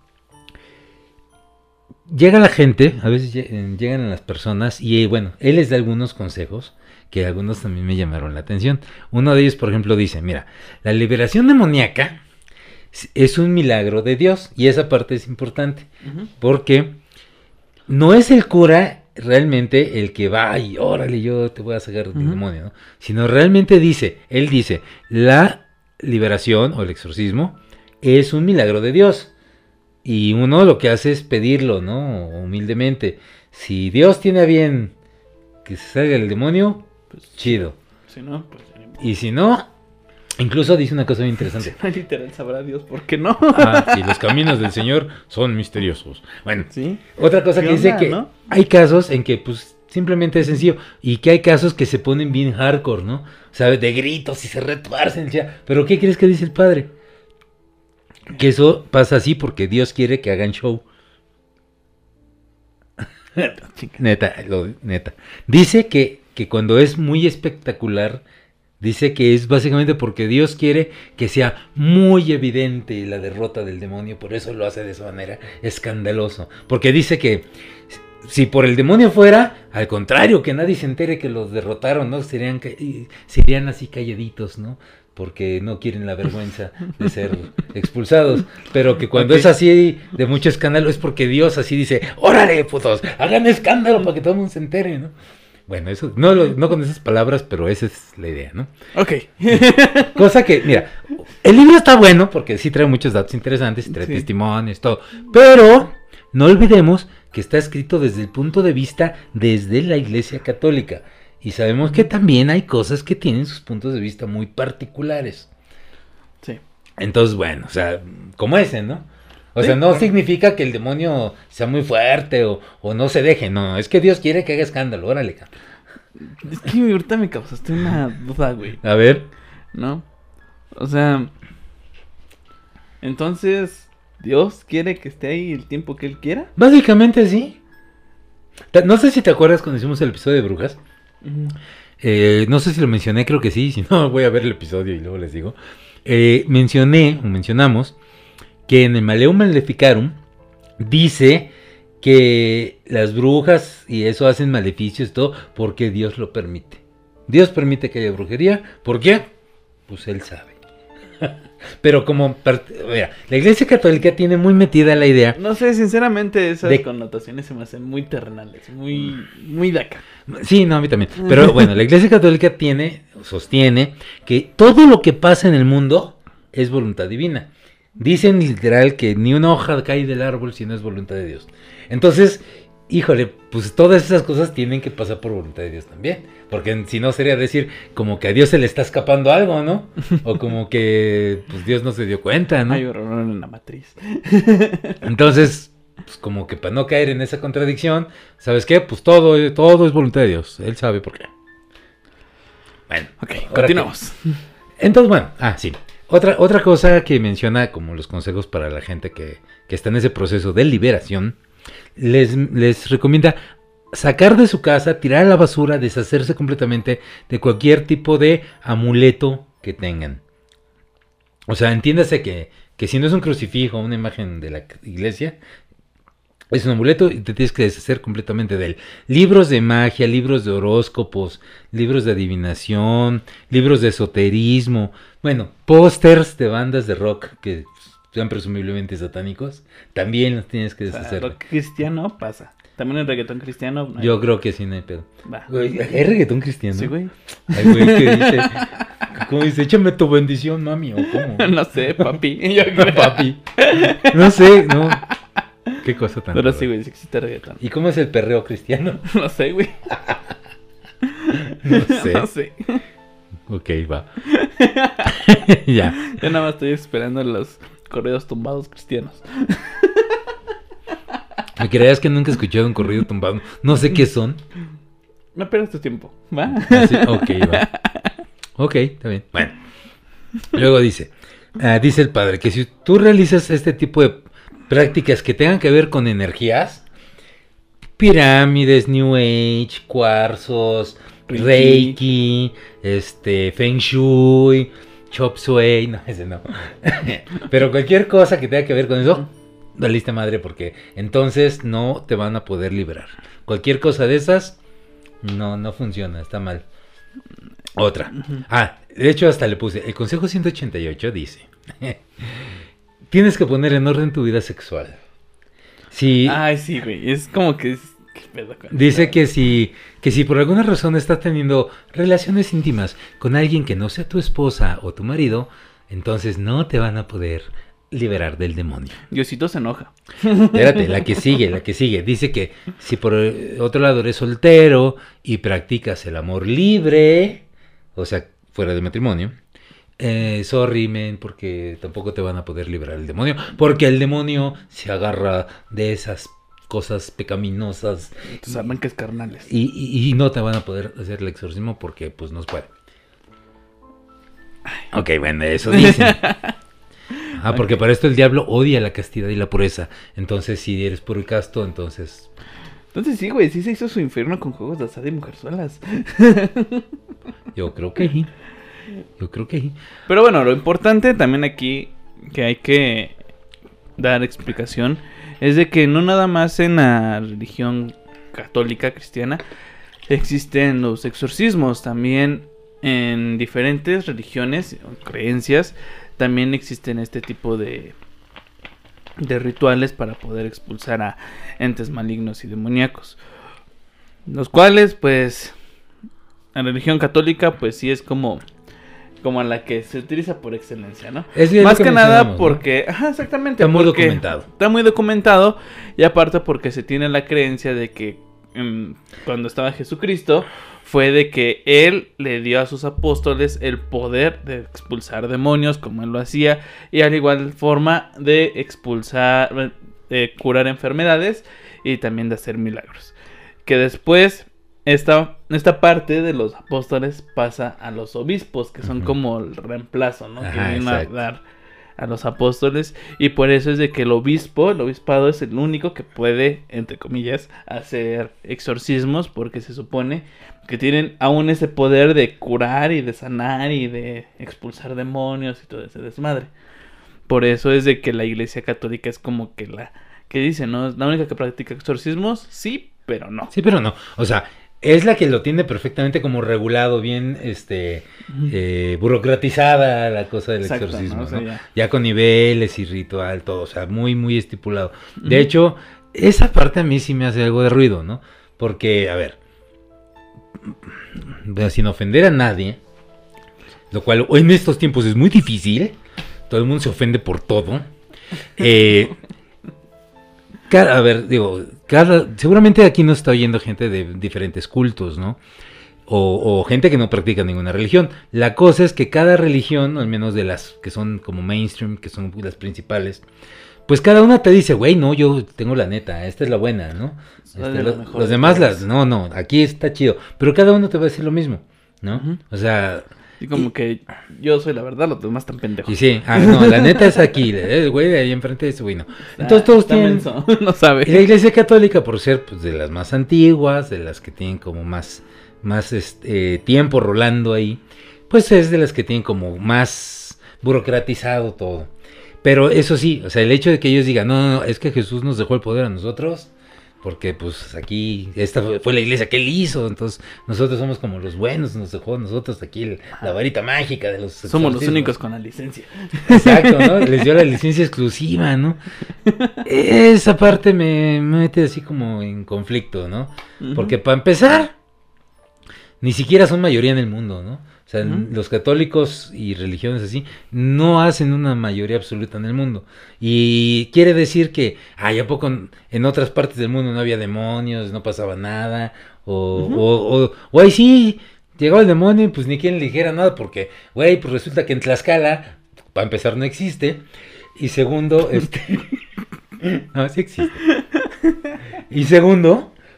llega la gente, a veces llegan las personas y bueno, él les da algunos consejos que algunos también me llamaron la atención. Uno de ellos, por ejemplo, dice, mira, la liberación demoníaca es un milagro de Dios y esa parte es importante uh-huh. porque no es el cura realmente el que va y órale, yo te voy a sacar del uh-huh. demonio, ¿no? Sino realmente dice, él dice, la liberación o el exorcismo es un milagro de Dios y uno lo que hace es pedirlo, ¿no? Humildemente. Si Dios tiene a bien que se salga el demonio, pues chido. Si no, pues... Y si no, incluso dice una cosa muy interesante. Si no, literal, sabrá Dios por qué no. Ah, sí, los caminos del Señor son misteriosos. Bueno, ¿sí? Otra cosa que dice onda, que ¿no? hay casos en que pues simplemente es sencillo y que hay casos que se ponen bien hardcore, ¿no? O sea, de gritos y se retuercen, ya. Pero ¿qué crees que dice el padre? Que eso pasa así porque Dios quiere que hagan show. Neta, lo, neta. Dice que, que cuando es muy espectacular, dice que es básicamente porque Dios quiere que sea muy evidente la derrota del demonio, por eso lo hace de esa manera escandaloso. Porque dice que si por el demonio fuera, al contrario, que nadie se entere que los derrotaron, ¿no? Serían, serían así calladitos, ¿no? Porque no quieren la vergüenza de ser expulsados, pero que cuando okay. es así de mucho escándalo es porque Dios así dice, órale putos, hagan escándalo para que todo el mundo se entere, ¿no? Bueno, eso, no, no con esas palabras, pero esa es la idea, ¿no? Ok. Cosa que, mira, el libro está bueno porque sí trae muchos datos interesantes, trae sí. testimonios, todo, pero no olvidemos que está escrito desde el punto de vista desde la Iglesia Católica. Y sabemos que también hay cosas que tienen sus puntos de vista muy particulares. Sí. Entonces, bueno, o sea, como ese, ¿no? O sí, sea, no bueno. significa que el demonio sea muy fuerte o, o no se deje, no. Es que Dios quiere que haga escándalo, órale. Es que ahorita me causaste una duda, güey. A ver. ¿No? O sea, entonces, ¿Dios quiere que esté ahí el tiempo que Él quiera? Básicamente sí. No sé si te acuerdas cuando hicimos el episodio de Brujas. Uh-huh. Eh, no sé si lo mencioné, creo que sí, si no voy a ver el episodio y luego les digo. Eh, mencioné, o mencionamos, que en el Maleum Maleficarum dice que las brujas y eso hacen maleficios y todo porque Dios lo permite. Dios permite que haya brujería, ¿por qué? Pues Él sabe. Pero como, mira, la Iglesia Católica tiene muy metida la idea. No sé, sinceramente esas de... connotaciones se me hacen muy terrenales, muy, muy de acá. Sí, no, a mí también. Pero bueno, la Iglesia Católica tiene, sostiene que todo lo que pasa en el mundo es voluntad divina. Dicen literal que ni una hoja cae del árbol si no es voluntad de Dios. Entonces, híjole, pues todas esas cosas tienen que pasar por voluntad de Dios también. Porque si no sería decir como que a Dios se le está escapando algo, ¿no? O como que pues Dios no se dio cuenta, ¿no? Hay error en la matriz. Entonces, pues como que para no caer en esa contradicción, ¿sabes qué? Pues todo, todo es voluntad de Dios. Él sabe por qué. Bueno, ok, continuamos. Que... Entonces, bueno, ah, sí. Otra, otra cosa que menciona como los consejos para la gente que, que está en ese proceso de liberación, les, les recomienda sacar de su casa, tirar a la basura, deshacerse completamente de cualquier tipo de amuleto que tengan. O sea, entiéndase que, que si no es un crucifijo, una imagen de la iglesia, es un amuleto y te tienes que deshacer completamente de él. Libros de magia, libros de horóscopos, libros de adivinación, libros de esoterismo, bueno, pósters de bandas de rock que sean presumiblemente satánicos, también los tienes que deshacer. O sea, rock cristiano pasa. También el reggaetón cristiano. No hay... Yo creo que sí, no hay pedo. Va. Güey, ¿hay reggaetón cristiano? Sí, güey. Ay, güey, ¿qué dice? ¿Cómo dice? Échame tu bendición, mami, ¿o cómo? No sé, papi. Yo creo. Papi. No sé, no. Qué cosa tan... Pero sí, güey, sí existe reggaetón. ¿Y cómo es el perreo cristiano? No sé, güey. No sé. No sé. Ok, va. Ya. Yo nada más estoy esperando los corridos tumbados cristianos. ¿Me creías que nunca he escuchado un corrido tumbado? No sé qué son. No pierdas tu tiempo, ¿va? Ah, sí, ok, va. Ok, está bien. Bueno. Luego dice, uh, dice el padre, que si tú realizas este tipo de prácticas que tengan que ver con energías, pirámides, New Age, cuarzos, Reiki, Reiki este, Feng Shui, Chop Suey, no, ese no. Pero cualquier cosa que tenga que ver con eso, valiste madre, porque entonces no te van a poder liberar. Cualquier cosa de esas, no, no funciona, está mal. Otra. Ah, de hecho hasta le puse, el consejo ciento ochenta y ocho dice, tienes que poner en orden tu vida sexual. Si, Ay, sí, güey, es como que... Es, ¿qué pedo con dice eso? que si, que si por alguna razón estás teniendo relaciones íntimas con alguien que no sea tu esposa o tu marido, entonces no te van a poder liberar del demonio. Diosito se enoja. Espérate, la que sigue, la que sigue. Dice que si por otro lado eres soltero y practicas el amor libre, o sea, fuera de matrimonio, eh, sorry, men, porque tampoco te van a poder liberar del demonio, porque el demonio se agarra de esas cosas pecaminosas. Tus arranques carnales. Y, y, y no te van a poder hacer el exorcismo porque pues no se puede. Ok, bueno, eso dicen. Ah, porque okay. Para esto el diablo odia la castidad y la pureza. Entonces, si eres puro y casto, entonces... Entonces sí, güey, sí se hizo su infierno con juegos de azar y mujerzuelas. Yo creo que sí. Yo creo que sí. Pero bueno, lo importante también aquí que hay que dar explicación es de que no nada más en la religión católica cristiana existen los exorcismos, también en diferentes religiones o creencias también existen este tipo de de rituales para poder expulsar a entes malignos y demoníacos, los cuales pues en la religión católica pues sí es como como la que se utiliza por excelencia, ¿no? Es más que, que nada porque, ¿no? Ajá, exactamente, está muy documentado. Está muy documentado y aparte porque se tiene la creencia de que um, cuando estaba Jesucristo fue de que él le dio a sus apóstoles el poder de expulsar demonios como él lo hacía y al igual forma de expulsar, de curar enfermedades y también de hacer milagros. Que después esta, esta parte de los apóstoles pasa a los obispos, que son uh-huh. como el reemplazo, ¿no? Ajá, que vienen a dar a los apóstoles y por eso es de que el obispo, el obispado es el único que puede, entre comillas, hacer exorcismos porque se supone que tienen aún ese poder de curar y de sanar y de expulsar demonios y todo ese desmadre. Por eso es de que la Iglesia Católica es como que la que dice, ¿no? Es la única que practica exorcismos, sí, pero no. Sí, pero no. O sea, es la que lo tiene perfectamente como regulado, bien este eh, burocratizada la cosa del Exacto, exorcismo, ¿no? O sea, ¿no? Ya. ya con niveles y ritual, todo, o sea, muy, muy estipulado. Uh-huh. De hecho, esa parte a mí sí me hace algo de ruido, ¿no? Porque, a ver, sin ofender a nadie, lo cual hoy en estos tiempos es muy difícil, todo el mundo se ofende por todo. Eh... Cada, a ver, digo, cada, seguramente aquí nos está oyendo gente de diferentes cultos, ¿no? O, o gente que no practica ninguna religión. La cosa es que cada religión, al menos de las que son como mainstream, que son las principales, pues cada una te dice, güey, no, yo tengo la neta, esta es la buena, ¿no? Este, lo, los demás las, no, no, aquí está chido. Pero cada uno te va a decir lo mismo, ¿no? Uh-huh. O sea... Y como y, que yo soy la verdad, los demás están pendejos. Y sí, ah, no, la neta es aquí, el güey de ahí enfrente de ese güey, no. Entonces todos ah, tienen... no sabe. Y la Iglesia Católica, por ser pues, de las más antiguas, de las que tienen como más, más este, eh, tiempo rolando ahí, pues es de las que tienen como más burocratizado todo. Pero eso sí, o sea, el hecho de que ellos digan, no, no, no, es que Jesús nos dejó el poder a nosotros... Porque pues aquí, esta fue la iglesia que él hizo, entonces nosotros somos como los buenos, nos dejó nosotros aquí el, la varita mágica de los... Somos los únicos con la licencia. Exacto, ¿no? Les dio la licencia exclusiva, ¿no? Esa parte me, me mete así como en conflicto, ¿no? Uh-huh. Porque para empezar, ni siquiera son mayoría en el mundo, ¿no? O sea, uh-huh. los católicos y religiones así no hacen una mayoría absoluta en el mundo. Y quiere decir que, ay, ¿a poco en otras partes del mundo no había demonios, no pasaba nada? O, uh-huh. o, o, o ahí sí, llegó el demonio y pues ni quien le dijera nada porque, güey, pues resulta que en Tlaxcala, para empezar, no existe. Y segundo, este... no, sí existe. Y segundo...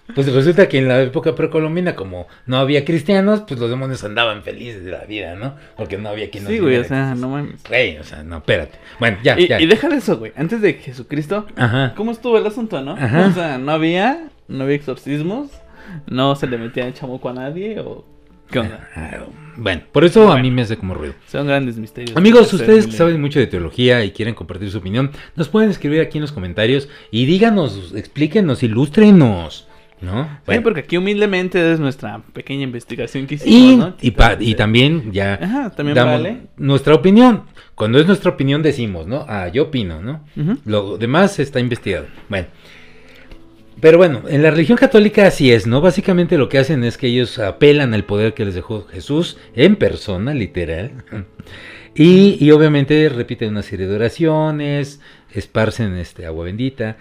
Pues resulta que en la época precolombina, como no había cristianos, pues los demonios andaban felices de la vida, ¿no? Porque no había quien nos Sí, güey, o librara. sea, no mames. Güey, o sea, no, espérate. Bueno, ya, Y, ya. y deja de eso, güey. Antes de Jesucristo, Ajá. ¿cómo estuvo el asunto, no? Ajá. O sea, no había, no había exorcismos, no se le metía el chamuco a nadie, o ¿qué onda? Ah, bueno, por eso a Bueno. mí me hace como ruido. Son grandes misterios. Amigos, Tercer ustedes que milenio. saben mucho de teología y quieren compartir su opinión, nos pueden escribir aquí en los comentarios y díganos, explíquenos, ilústrenos, ¿no? Sí, Bueno, porque aquí humildemente es nuestra pequeña investigación que y, hicimos, ¿no? y, pa- y también ya Ajá, también damos vale. nuestra opinión. Cuando es nuestra opinión decimos, ¿no? Ah, yo opino, ¿no? Ujú. Lo demás está investigado. Bueno. Pero bueno, en la religión católica así es, ¿no? Básicamente lo que hacen es que ellos apelan al poder que les dejó Jesús en persona, literal. Y, y obviamente repiten una serie de oraciones, esparcen este, agua bendita.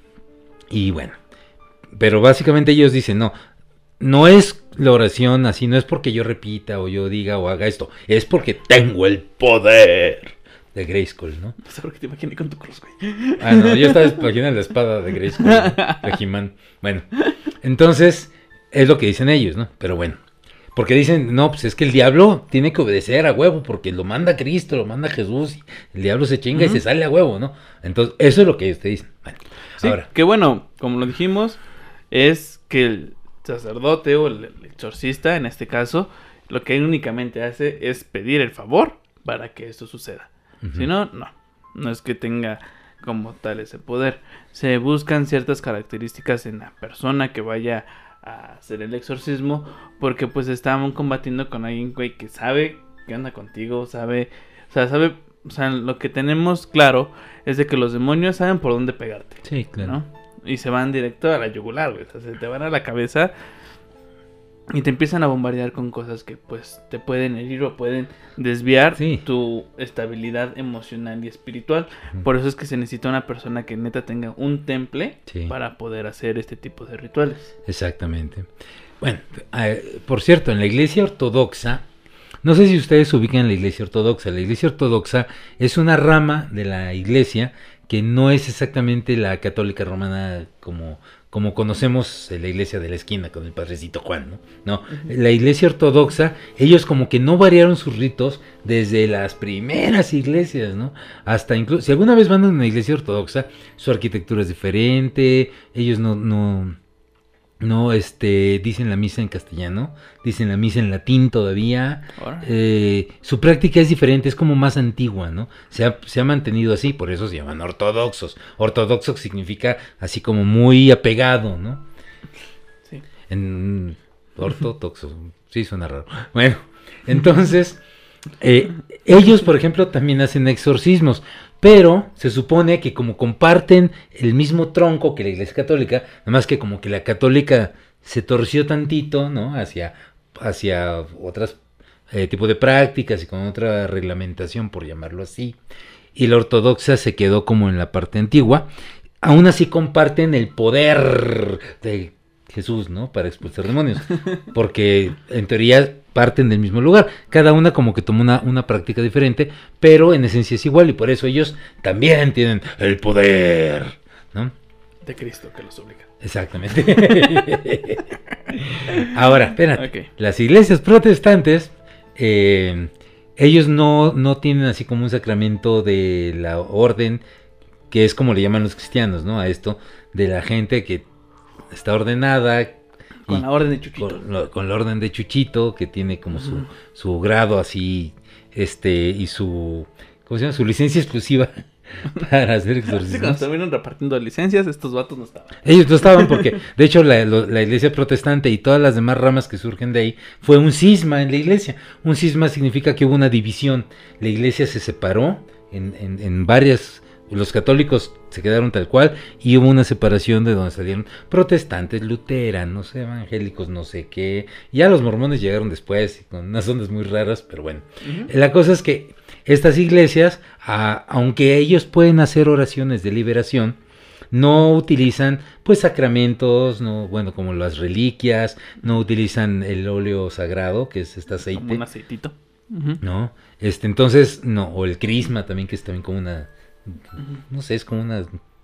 Y bueno, pero básicamente ellos dicen, no, no es la oración así, no es porque yo repita o yo diga o haga esto, es porque tengo el poder de Grayskull, ¿no? No sé por qué te imaginé con tu cruz, güey. Ah, no, yo estaba imaginando la espada de Grayskull, de He-Man. Bueno, entonces es lo que dicen ellos, ¿no? Pero bueno, porque dicen, no, pues es que el diablo tiene que obedecer a huevo, porque lo manda Cristo, lo manda Jesús, y el diablo se chinga Ujú. y se sale a huevo, ¿no? Entonces, eso es lo que ellos te dicen. Bueno, Sí, ahora, que bueno, como lo dijimos, es que el sacerdote o el, el exorcista, en este caso, lo que únicamente hace es pedir el favor para que esto suceda. ujú, Si no, no. No es que tenga como tal ese poder. Se buscan ciertas características en la persona que vaya a hacer el exorcismo, porque pues estaban combatiendo con alguien, güey, que sabe qué onda contigo, sabe, o sea, sabe, o sea, lo que tenemos claro es de que los demonios saben por dónde pegarte, sí, claro. ¿no? Y se van directo a la yugular, güey, o sea, se te van a la cabeza y te empiezan a bombardear con cosas que pues te pueden herir o pueden desviar Sí. tu estabilidad emocional y espiritual. Ujú. Por eso es que se necesita una persona que neta tenga un temple Sí. para poder hacer este tipo de rituales. Exactamente. Bueno, eh, por cierto, en la iglesia ortodoxa, no sé si ustedes ubican la iglesia ortodoxa. La iglesia ortodoxa es una rama de la iglesia que no es exactamente la católica romana como, como conocemos en la iglesia de la esquina con el padrecito Juan, ¿no? No, la iglesia ortodoxa, ellos como que no variaron sus ritos desde las primeras iglesias, ¿no? Hasta incluso, si alguna vez van a una iglesia ortodoxa, su arquitectura es diferente, ellos no, no, no, este, dicen la misa en castellano, dicen la misa en latín todavía. Ahora. Eh, su práctica es diferente, es como más antigua, ¿no? Se ha, se ha mantenido así, por eso se llaman ortodoxos. Ortodoxo significa así como muy apegado, ¿no? Sí. En ortodoxo, sí suena raro. Bueno, entonces, eh, ellos, por ejemplo, también hacen exorcismos, pero se supone que como comparten el mismo tronco que la iglesia católica, nada más que como que la católica se torció tantito, ¿no? Hacia, hacia otras eh, tipo de prácticas y con otra reglamentación, por llamarlo así. Y la ortodoxa se quedó como en la parte antigua. Aún así comparten el poder de Jesús, ¿no? Para expulsar demonios. Porque en teoría parten del mismo lugar. Cada una como que tomó una, una práctica diferente, pero en esencia es igual y por eso ellos también tienen el poder, ¿no? De Cristo que los obliga. Exactamente. Ahora, espérate. Ok. Las iglesias protestantes, eh, ellos no, no tienen así como un sacramento de la orden, que es como le llaman los cristianos, ¿no? A esto de la gente que está ordenada. Con y la orden de Chuchito. Con, lo- con la orden de Chuchito, que tiene como su, Ujú. su grado así, este, y su, ¿cómo se llama? Su licencia exclusiva para hacer Sí, cuando exorcismos. estuvieron repartiendo licencias, estos vatos no estaban. Ellos no estaban porque, de hecho, la, lo- la iglesia protestante y todas las demás ramas que surgen de ahí, fue un cisma en la iglesia. Un cisma significa que hubo una división. La iglesia se separó en, en, en varias. Los católicos se quedaron tal cual y hubo una separación de donde salieron protestantes, luteranos, evangélicos, no sé qué. Ya los mormones llegaron después con unas ondas muy raras, pero bueno. Ujú. La cosa es que estas iglesias, a- aunque ellos pueden hacer oraciones de liberación, no utilizan pues sacramentos, no, bueno, como las reliquias, no utilizan el óleo sagrado, que es este aceite, Como un aceitito. Ujú. ¿no? Este, entonces, no, o el crisma también, que es también como una, no sé, es como una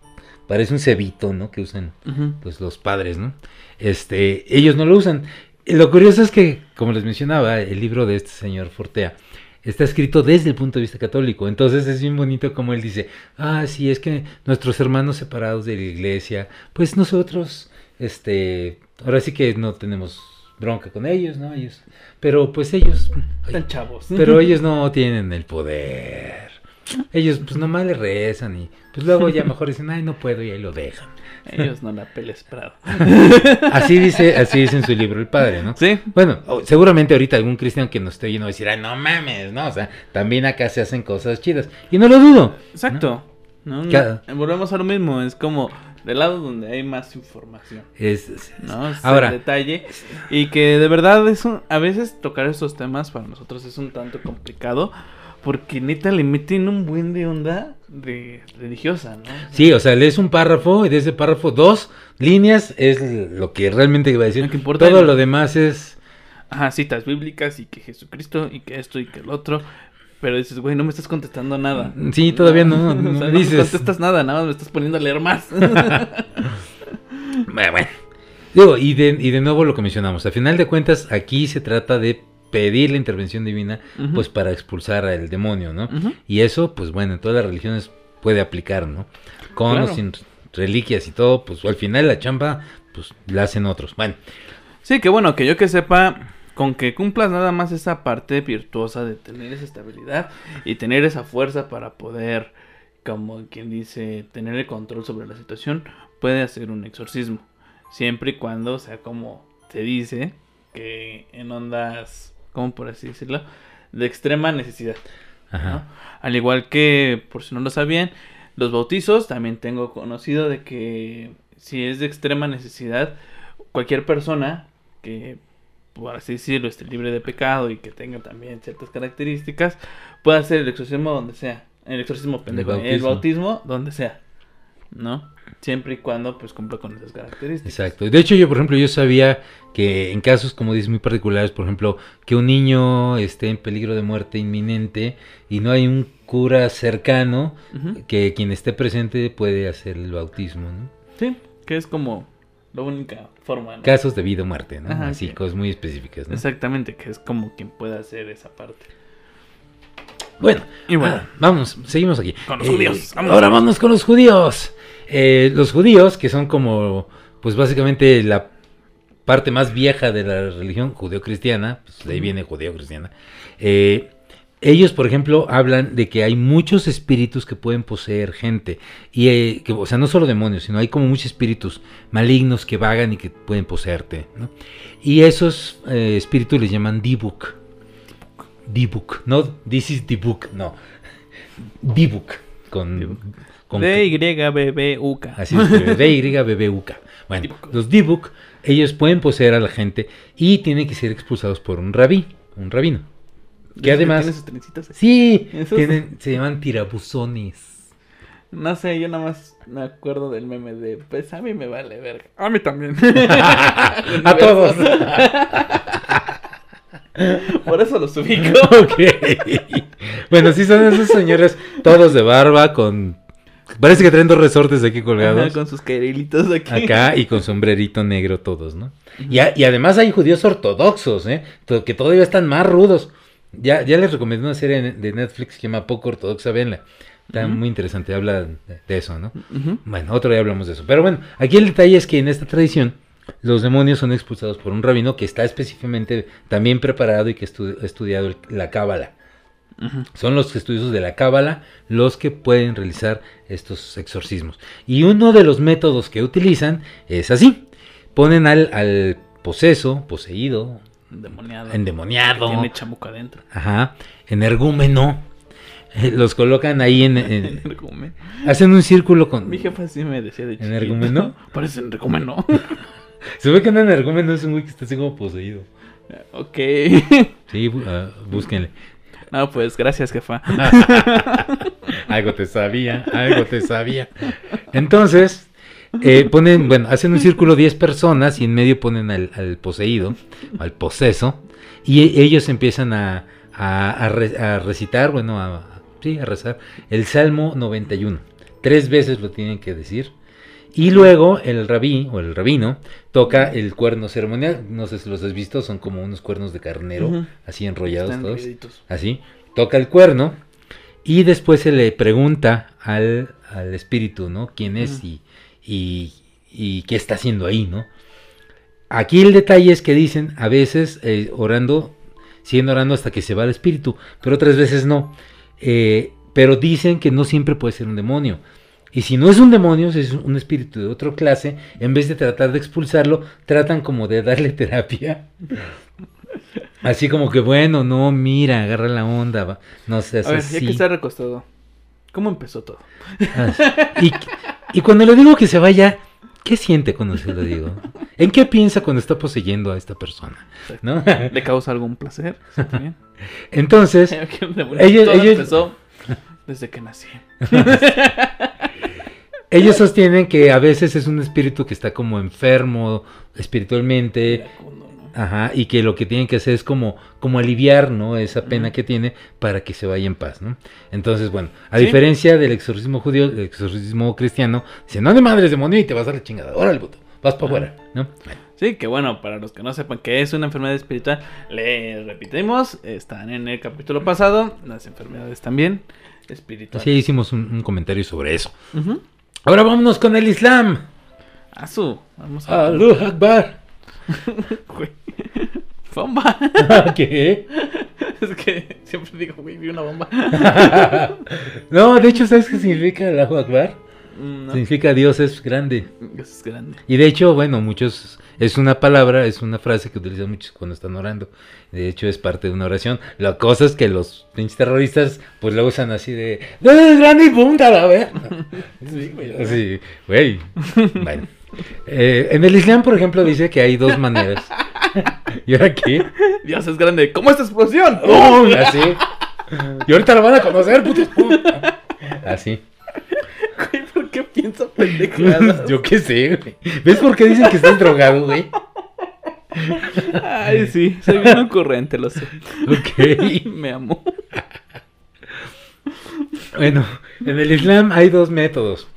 parece un cebito, ¿no? Que usan Ujú. pues los padres, ¿no? Este, ellos no lo usan. Y lo curioso es que, como les mencionaba, el libro de este señor Fortea está escrito desde el punto de vista católico. Entonces es bien bonito como él dice, ah, sí, es que nuestros hermanos separados de la iglesia, pues nosotros, este, ahora sí que no tenemos bronca con ellos, ¿no? Ellos, pero pues ellos, Están chavos. pero ellos no tienen el poder. Ellos pues nomás le rezan y pues luego ya mejor dicen, ay, no puedo, y ahí lo dejan. Ellos no la peles Prado. Así dice, así dice en su libro el padre, ¿no? Sí. Bueno, seguramente ahorita algún cristiano que nos esté oyendo va a decir, ay, no mames, ¿no? O sea, también acá se hacen cosas chidas. Y no lo dudo. Exacto. ¿no? No, Cada- Volvemos a lo mismo. Es como del lado donde hay más información. Es, es- ¿no? Es Ahora, el detalle. Y que de verdad es un- a veces tocar estos temas para nosotros es un tanto complicado. Porque neta le meten un buen de onda de religiosa, ¿no? O sea, sí, o sea, lees un párrafo y de ese párrafo dos líneas es lo que realmente iba a decir. Lo que importa Todo es- lo demás es... Ajá, citas bíblicas y que Jesucristo y que esto y que el otro. Pero dices, güey, no me estás contestando nada. Sí, todavía no, no O sea, me no dices. me contestas nada, nada más me estás poniendo a leer más. Bueno, bueno. Digo, y de, y de nuevo lo que mencionamos, a final de cuentas aquí se trata de pedir la intervención divina, Ujú. pues para expulsar al demonio, ¿no? Ujú. Y eso, pues bueno, en todas las religiones puede aplicar, ¿no? Con Claro. o sin reliquias y todo, pues al final la chamba, pues la hacen otros. Bueno, Sí, que bueno, que yo que sepa, con que cumplas nada más esa parte virtuosa de tener esa estabilidad y tener esa fuerza para poder, como quien dice, tener el control sobre la situación, puede hacer un exorcismo. Siempre y cuando sea como se dice, que en ondas, ¿cómo por así decirlo? De extrema necesidad. ¿no? ajá. Al igual que, por si no lo sabían, los bautizos, también tengo conocido de que si es de extrema necesidad, cualquier persona que, por así decirlo, esté libre de pecado y que tenga también ciertas características, puede hacer el exorcismo donde sea. El exorcismo pendejo, el bautismo. bautismo donde sea, ¿no? Siempre y cuando pues cumpla con esas características. Exacto. De hecho, yo, por ejemplo, yo sabía que en casos, como dices, muy particulares, por ejemplo, que un niño esté en peligro de muerte inminente y no hay un cura cercano, Ujú. que quien esté presente puede hacer el bautismo, ¿no? Sí, que es como la única forma, ¿no? Casos de vida o muerte, ¿no? Ajá, Así, que- cosas muy específicas, ¿no? Exactamente, que es como quien pueda hacer esa parte. Bueno, Y bueno, ah, vamos, seguimos aquí. Con los judíos, vamos. Ahora vamos con los judíos. Eh, los judíos, que son como, pues básicamente la parte más vieja de la religión judeocristiana, pues de ahí viene judeocristiana. Eh, ellos, por ejemplo, hablan de que hay muchos espíritus que pueden poseer gente. Y, eh, que, o sea, no solo demonios, sino hay como muchos espíritus malignos que vagan y que pueden poseerte, ¿no? Y esos eh, espíritus les llaman Dibuk. Dibuk, no, this is the book, no. Dibuk, con... Dibuk. con D Y B B U K. Así se escribe, D Y B B U K. Bueno, Dibuk. los Dibuk, ellos pueden poseer a la gente y tienen que ser expulsados por un rabí, un rabino. Que además... Tiene sus trencitas así. Sí, Esos- tienen, se llaman tirabuzones. No sé, yo nada más me acuerdo del meme de, pues a mí me vale verga. A mí también. A todos. Por eso los ubico. Ok. Bueno, sí son esos señores todos de barba con... Parece que traen dos resortes aquí colgados. Ajá, con sus querilitos aquí. Acá y con sombrerito negro todos, ¿no? Y, a- y además hay judíos ortodoxos, ¿eh? To- Que todavía están más rudos. Ya, ya les recomendé una serie de Netflix que se llama Poco Ortodoxa, venla. Está Ujú. muy interesante, habla de, de eso, ¿no? Ujú. Bueno, otro día hablamos de eso. Pero bueno, aquí el detalle es que en esta tradición los demonios son expulsados por un rabino que está específicamente también preparado y que estu- ha estudiado el- la cábala. Ujú. Son los estudiosos de la cábala los que pueden realizar estos exorcismos. Y uno de los métodos que utilizan es así. Ponen al, al poseso, poseído, Endemoniado. endemoniado, Tiene chamuco adentro. ajá, energúmeno. eh, Los colocan ahí en... en- Energúmeno. hacen un círculo con... Mi jefa sí me decía de chiquito. ¿Energúmeno? Parece energúmeno. Se ve que un energúmeno es un güey que está así como poseído. Ok. Sí, bu- ah, búsquenle. No, pues gracias, jefa. Algo te sabía, algo te sabía. Entonces, eh, ponen, bueno, hacen un círculo diez personas y en medio ponen al, al poseído, al poseso, y e- ellos empiezan a, a, a re- a recitar, bueno, a, sí, a rezar, el Salmo noventa y uno. Tres veces lo tienen que decir. Y luego el rabí o el rabino toca el cuerno ceremonial. No sé si los has visto, son como unos cuernos de carnero, uh-huh. así enrollados Están todos. Enrolladitos. Así, toca el cuerno y después se le pregunta al, al espíritu, ¿no? ¿Quién es uh-huh. y, y, y qué está haciendo ahí, ¿no? Aquí el detalle es que dicen, a veces eh, orando, siguen orando hasta que se va el espíritu, pero otras veces no. Eh, pero dicen que no siempre puede ser un demonio. Y si no es un demonio, si es un espíritu de otra clase, en vez de tratar de expulsarlo, tratan como de darle terapia. Así como que, bueno, no, mira, agarra la onda, va. No sé, a ver, así. ya que está recostado, ¿cómo empezó todo? Y, y cuando le digo que se vaya, ¿qué siente cuando se lo digo? ¿En qué piensa cuando está poseyendo a esta persona? ¿No? ¿Le causa algún placer? ¿Sí, bien? Entonces, ellos, ellos... empezó desde que nací. Ellos sostienen que a veces es un espíritu que está como enfermo espiritualmente, ajá, y que lo que tienen que hacer es como, como aliviar, ¿no? Esa pena uh-huh. que tiene para que se vaya en paz, ¿no? Entonces, bueno, a ¿Sí? diferencia del exorcismo judío, el exorcismo cristiano, dice, no de madres demonio y te vas a la chingada, órale, puto, vas para afuera, uh-huh. ¿no? Bueno. Sí, que bueno, para los que no sepan qué es una enfermedad espiritual, le repetimos, están en el capítulo pasado, las enfermedades también espirituales. Sí, hicimos un, un comentario sobre eso. Uh-huh. Ahora vámonos con el Islam. Asu, vamos a... Allahu Akbar. Güey. Bomba. ¿Qué? Es que siempre digo, güey, vi una bomba. No, de hecho, ¿sabes qué significa Allahu Akbar? No. Significa Dios es grande. Dios es grande. Y de hecho, bueno, muchos... Es una palabra, es una frase que utilizan muchos cuando están orando. De hecho, es parte de una oración. La cosa es que los pinches terroristas, pues lo usan así de... ¡Dios es grande y punta, la ver! Sí, güey. Sí, güey. Bueno. Eh, en el Islam, por ejemplo, dice que hay dos maneras. ¿Y ahora qué? Dios es grande. ¿Cómo esta explosión? ¡Oh! Así. Y ahorita lo van a conocer, putos. Así. Güey, ¿por qué pienso pendejadas? Yo qué sé, güey. ¿Ves por qué dicen que estás drogado, güey? Ay, sí, soy bien ocurrente, lo sé. Ok. Me amo. Bueno, en el Islam hay dos métodos.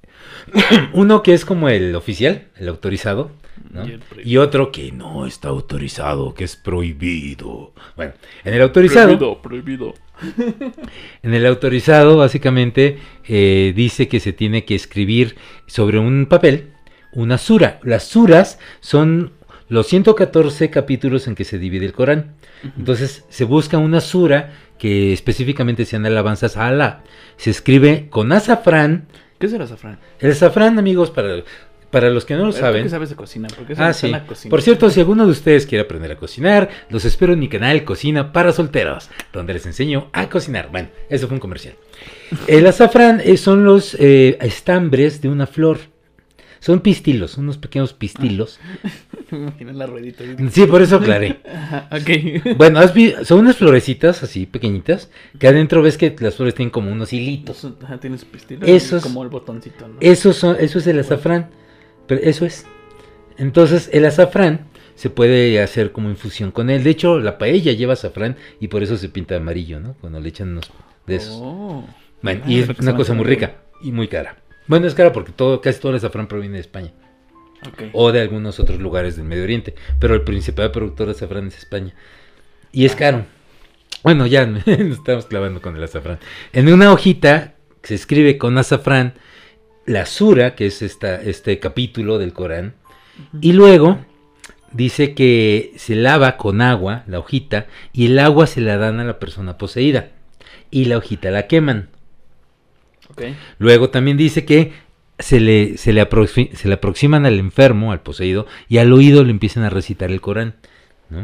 Uno que es como el oficial, el autorizado, ¿no? Y, y otro que no está autorizado, que es prohibido. Bueno, en el autorizado... Prohibido, prohibido. En el autorizado, básicamente, eh, dice que se tiene que escribir sobre un papel una sura. Las suras son los ciento catorce capítulos en que se divide el Corán. Uh-huh. Entonces, se busca una sura que específicamente sean alabanzas a Alá. Se escribe con azafrán. ¿Qué es el azafrán? El azafrán, amigos, para... Para los que no lo saben... ¿Qué sabes de cocina? Porque ah, sí. Cocina. Por cierto, si alguno de ustedes quiere aprender a cocinar, los espero en mi canal Cocina para Solteros, donde les enseño a cocinar. Bueno, eso fue un comercial. El azafrán eh, son los eh, estambres de una flor. Son pistilos, unos pequeños pistilos. Me imagino la ruedita. Sí, por eso aclaré. Ok. Bueno, has vi- son unas florecitas así, pequeñitas, que adentro ves que las flores tienen como unos hilitos. Ajá, tienes pistilos. Esos, como el botoncito, ¿no? Esos son, eso es el azafrán. Pero eso es. Entonces, el azafrán se puede hacer como infusión con él. De hecho, la paella lleva azafrán y por eso se pinta amarillo, ¿no? Cuando le echan unos de esos. Oh, bueno, y es una cosa muy rica y muy cara. Bueno, es cara porque todo, casi todo el azafrán proviene de España. Okay. O de algunos otros lugares del Medio Oriente. Pero el principal productor de azafrán es España. Y es caro. Bueno, ya nos estamos clavando con el azafrán. En una hojita se escribe con azafrán la sura, que es esta, este capítulo del Corán. Uh-huh. Y luego dice que se lava con agua la hojita y el agua se la dan a la persona poseída. Y la hojita la queman. Okay. Luego también dice que se le, se, le aproxi- se le aproximan al enfermo, al poseído, y al oído le empiezan a recitar el Corán, ¿no?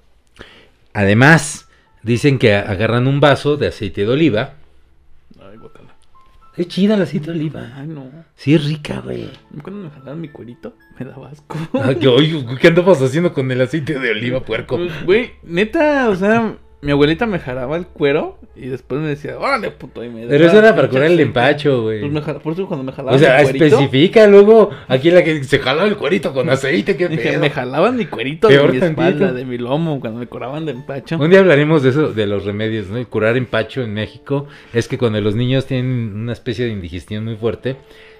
Además, dicen que agarran un vaso de aceite de oliva. Ay, guacala. Es chida el aceite de oliva. Ay, no. Sí, es rica, güey. Cuando me jalaban mi cuerito, me daba asco. Ay, oye, ¿qué andabas haciendo con el aceite de oliva, puerco? Güey, neta, o sea... Mi abuelita me jalaba el cuero y después me decía, órale, puto, y me... Pero eso era para curar el empacho, güey. Pues me jala, por eso cuando me jalaban o sea, mi cuerito... especifica luego, aquí la que se jalaba el cuerito con aceite, qué dije, pedo. me jalaban mi cuerito Peor de mi tantito. espalda, de mi lomo, cuando me curaban de empacho. Un día hablaremos de eso, de los remedios, ¿no? El curar empacho en México es que cuando los niños tienen una especie de indigestión muy fuerte,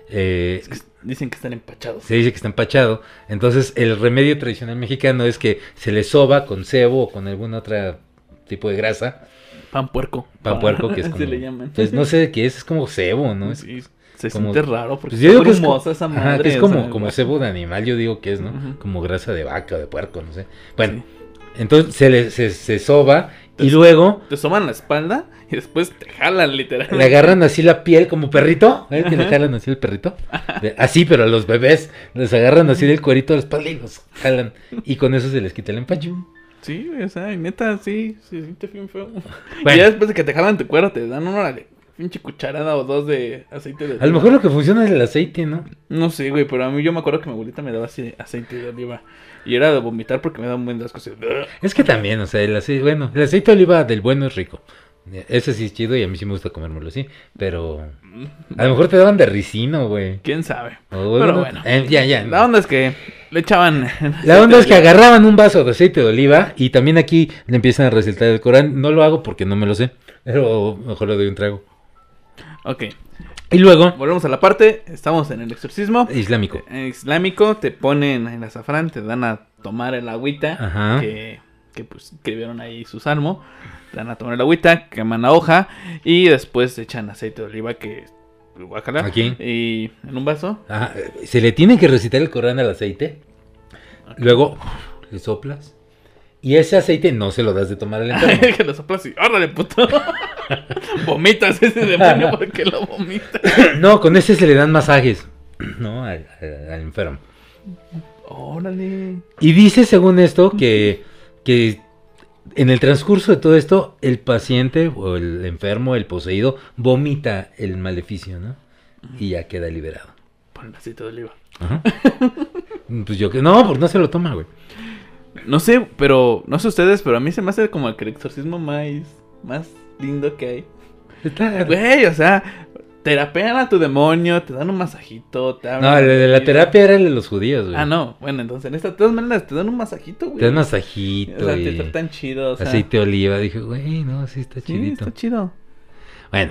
Eh, Es que dicen que están empachados. se dice que está empachado. Entonces, el remedio tradicional mexicano es que se le soba con cebo o con algún otro tipo de grasa. Pan puerco. Pan puerco, que es como... Se le llaman. Pues no sé qué es, es como cebo, ¿no? Es, Sí, se como- siente raro porque pues yo digo que es, hermosa co- esa ajá, madre. que es o como, sea, como cebo de animal, yo digo que es, ¿no? Ujú. Como grasa de vaca o de puerco, no sé. Bueno, Sí. entonces se, le, se, se soba y Entonces- luego Te soban la espalda y después te jalan literal. le agarran así la piel como perrito. ¿Ves que le Ajá. jalan así el perrito? De- así, pero a los bebés les agarran así del cuerito de la espalda y los jalan. Y con eso se les quita el empacho. Sí, güey, o sea, y neta, sí, se siente bien feo. Bueno. Y ya después de que te jalan tu cuero, te dan una de pinche cucharada o dos de aceite de oliva. A lo mejor lo que funciona es el aceite, ¿no? No sé, güey, pero a mí yo me acuerdo que mi abuelita me daba así aceite de oliva. Y era de vomitar porque me daba un buen asco así. Es que también, o sea, el aceite, bueno, el aceite de oliva del bueno es rico. Ese sí es chido y a mí sí me gusta comérmelo así. Pero a lo mejor te daban de ricino, güey. ¿Quién sabe? O, Pero bueno. eh, ya, ya. La onda es que le echaban... La onda es que agarraban un vaso de aceite de oliva y también aquí le empiezan a recitar el Corán. No lo hago porque no me lo sé, pero mejor le doy un trago. Ok, Y luego, volvemos a la parte. Estamos en el exorcismo. islámico. En islámico te ponen en el azafrán, te dan a tomar el agüita Ajá. que, que pues escribieron ahí su salmo. Te dan a tomar el agüita, queman la hoja y después echan aceite de oliva que guácala. Aquí. Y en un vaso. Ajá, se le tiene que recitar el Corán al aceite. Luego le soplas. Y ese aceite no se lo das de tomar al enfermo. Que lo soplas y ¡órale, puto! Vomitas ese demonio porque lo vomitas. No, con ese se le dan masajes. No, al, al- al enfermo. Órale. Y dice, según esto, que, que en el transcurso de todo esto, el paciente o el enfermo, el poseído, vomita el maleficio, ¿no? Y ya queda liberado. Pon el aceite de oliva. Ajá. Pues yo que no, pues no se lo toma, güey. No sé, pero no sé ustedes, pero a mí se me hace como el que el exorcismo más, más lindo que hay. Está... Güey, o sea, terapean a tu demonio, te dan un masajito, te hablan No, el de la y- terapia era el de los judíos, güey. Ah, no, bueno, entonces en esta, de todas maneras, te dan un masajito, güey. Te dan O masajito sea, te y tratan chido, o sea. aceite de oliva. Dije, güey, no, sí está Sí, chidito. está chido. Bueno.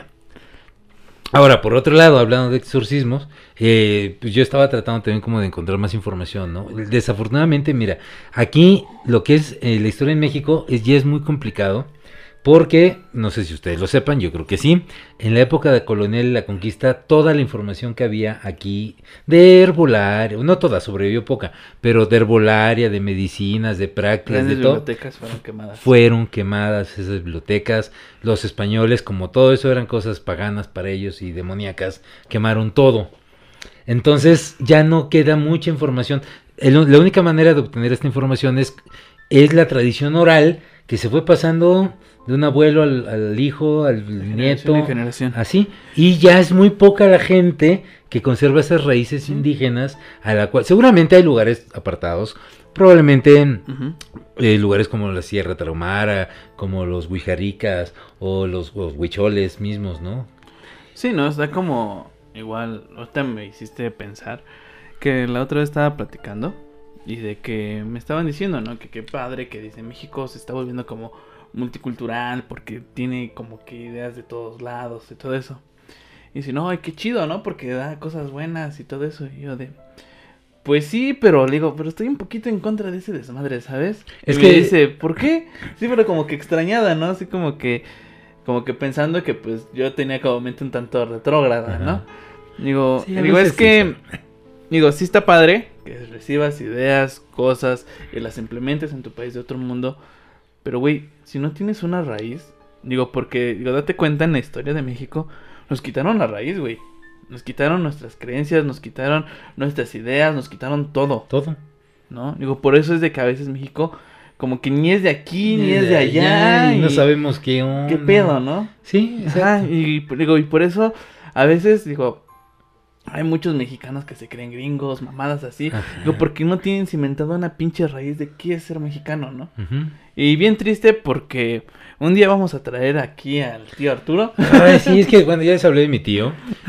Ahora, por otro lado, hablando de exorcismos, eh, pues yo estaba tratando también como de encontrar más información, ¿no? Desafortunadamente, mira, aquí lo que es eh, la historia en México es, ya es muy complicado, porque, no sé si ustedes lo sepan, yo creo que sí, en la época de colonial y la conquista, toda la información que había aquí de herbolaria, no toda, sobrevivió poca, pero de herbolaria, de medicinas, de prácticas, Grandes de todo, bibliotecas fueron quemadas. fueron quemadas esas bibliotecas. Los españoles, como todo eso eran cosas paganas para ellos y demoníacas, quemaron todo. Entonces ya no queda mucha información. El- la única manera de obtener esta información es, es la tradición oral que se fue pasando de un abuelo al, al hijo, al Generación nieto, en generación. así. Y ya es muy poca la gente que conserva esas raíces indígenas, a la cual seguramente hay lugares apartados, probablemente en Ujú. eh, lugares como la Sierra Tarahumara, como los Huijaricas o los, los Huicholes mismos, ¿no? Sí, no, está como igual, ahorita me hiciste pensar que la otra vez estaba platicando y de que me estaban diciendo, ¿no? Que qué padre que dice México se está volviendo como multicultural porque tiene como que ideas de todos lados y todo eso. Y si no, ay, qué chido, ¿no? Porque da cosas buenas y todo eso. Y yo de, pues sí, pero le digo, pero estoy un poquito en contra de ese desmadre, ¿sabes? Es y que- me dice, ¿por qué? Sí, pero como que extrañada, ¿no? Así como que, como que pensando que pues yo tenía como mente un tanto retrógrada, Ajá. ¿no? Digo, Sí, a digo, veces es que, sí digo, sí está padre que recibas ideas, cosas y las implementes en tu país de otro mundo, pero güey, si no tienes una raíz, digo, porque, digo, date cuenta en la historia de México, nos quitaron la raíz, güey. Nos quitaron nuestras creencias, nos quitaron nuestras ideas, nos quitaron todo, Todo. ¿no? Digo, por eso es de que a veces México como que ni es de aquí, ni, es de allá. y no y- sabemos qué onda. ¿Qué pedo, no? Sí, Ajá, exacto. y digo, y por eso a veces digo, hay muchos mexicanos que se creen gringos, mamadas así. Ajá. Digo, porque no tienen cimentada una pinche raíz de qué es ser mexicano, ¿no? Ujú. Y bien triste porque un día vamos a traer aquí al tío Arturo. Ay, sí, es que cuando ya les hablé de mi tío,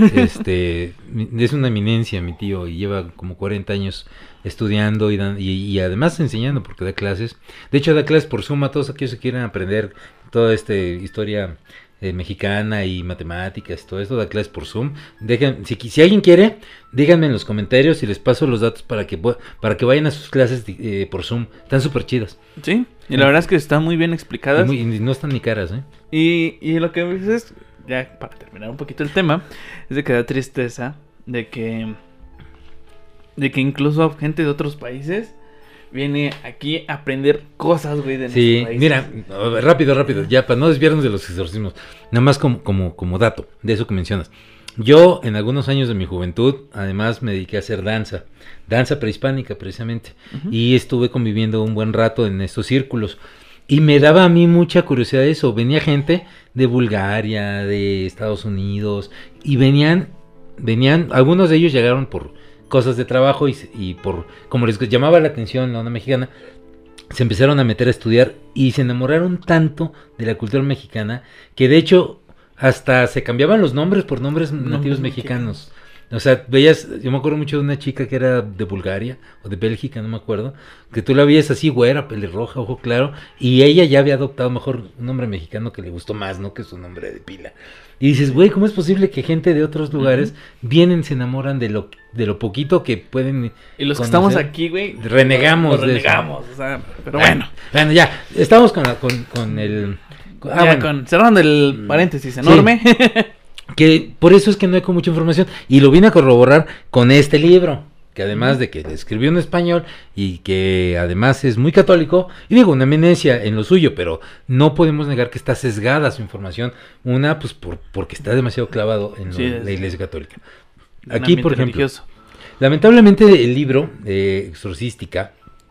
este, mi- es una eminencia mi tío y lleva como cuarenta años estudiando y, dan- y, y además enseñando porque da clases. De hecho, da clases por Zoom a todos aquellos que quieran aprender toda esta historia eh, mexicana y matemáticas, todo esto, da clases por Zoom. Dejen, si, si alguien quiere, díganme en los comentarios y les paso los datos para que para que vayan a sus clases eh, por Zoom. Están súper chidas. Sí, y la verdad es que están muy bien explicadas. Y, muy, y no están ni caras, ¿eh? Y, y lo que me dices, ya para terminar un poquito el tema, es de que da tristeza de que, de que incluso gente de otros países viene aquí a aprender cosas, güey, de sí, nuestro país. Mira, rápido, rápido, ya para no desviarnos de los exorcismos, nada más como, como, como dato de eso que mencionas. Yo en algunos años de mi juventud, además me dediqué a hacer danza, danza prehispánica precisamente, uh-huh. y estuve conviviendo un buen rato en estos círculos. Y me daba a mí mucha curiosidad eso. Venía gente de Bulgaria, de Estados Unidos, y venían, venían, algunos de ellos llegaron por cosas de trabajo y, y por, como les llamaba la atención la onda mexicana, se empezaron a meter a estudiar y se enamoraron tanto de la cultura mexicana que de hecho hasta se cambiaban los nombres por nombres no, nativos mexicanos. mexicanos. O sea, veías, yo me acuerdo mucho de una chica que era de Bulgaria o de Bélgica, no me acuerdo, que tú la veías así, güera, pelirroja, ojo claro, y ella ya había adoptado mejor un nombre mexicano que le gustó más, ¿no? Que su nombre de pila. Y dices, güey, ¿cómo es posible que gente de otros lugares uh-huh. vienen, se enamoran de lo de lo poquito que pueden y los conocer? Que estamos aquí, güey, renegamos lo de renegamos, eso. O sea, pero bueno. Bueno, ya, estamos con, la, con, con el... Con, ah, ya, bueno. con, cerrando el paréntesis enorme. Sí. Que por eso es que no hay con mucha información. Y lo vine a corroborar con este libro, que además de que escribió en español y que además es muy católico, y digo, una eminencia en lo suyo, pero no podemos negar que está sesgada su información. Una, pues por, porque está demasiado clavado en lo, sí, la Iglesia Católica. Aquí, por ejemplo, religioso. Lamentablemente el libro de Exorcística,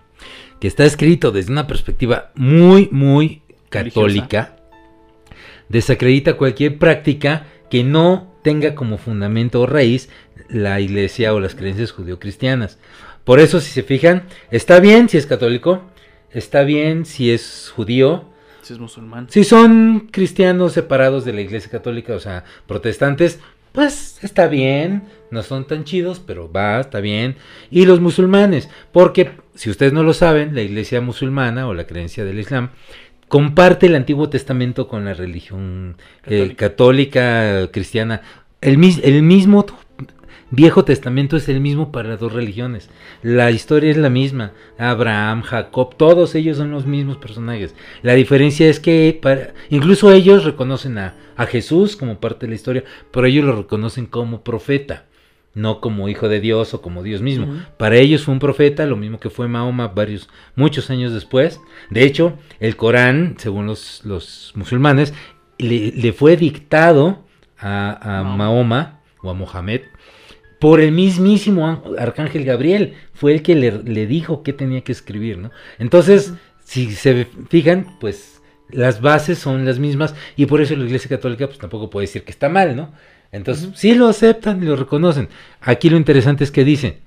que está escrito desde una perspectiva muy, muy católica, religiosa, desacredita cualquier práctica que no tenga como fundamento o raíz la iglesia o las creencias judeocristianas. Por eso, si se fijan, está bien si es católico, está bien si es judío, si es musulmán, si son cristianos separados de la iglesia católica, o sea, protestantes, pues está bien, no son tan chidos, pero va, está bien. Y los musulmanes, porque si ustedes no lo saben, la iglesia musulmana o la creencia del Islam comparte el Antiguo Testamento con la religión católica, eh, católica cristiana. El, mis, el mismo Viejo Testamento es el mismo para las dos religiones. La historia es la misma. Abraham, Jacob, todos ellos son los mismos personajes. La diferencia es que para, incluso ellos reconocen a, a Jesús como parte de la historia, pero ellos lo reconocen como profeta, no como hijo de Dios o como Dios mismo. Uh-huh. Para ellos fue un profeta, lo mismo que fue Mahoma varios, muchos años después. De hecho, el Corán, según los, los musulmanes, le, le fue dictado a, a no. Mahoma o a Mohamed por el mismísimo arcángel Gabriel. Fue el que le, le dijo qué tenía que escribir, ¿no? Entonces, uh-huh. si se fijan, pues las bases son las mismas y por eso la Iglesia Católica pues tampoco puede decir que está mal, ¿no? Entonces, uh-huh. sí lo aceptan y lo reconocen. Aquí lo interesante es que dice,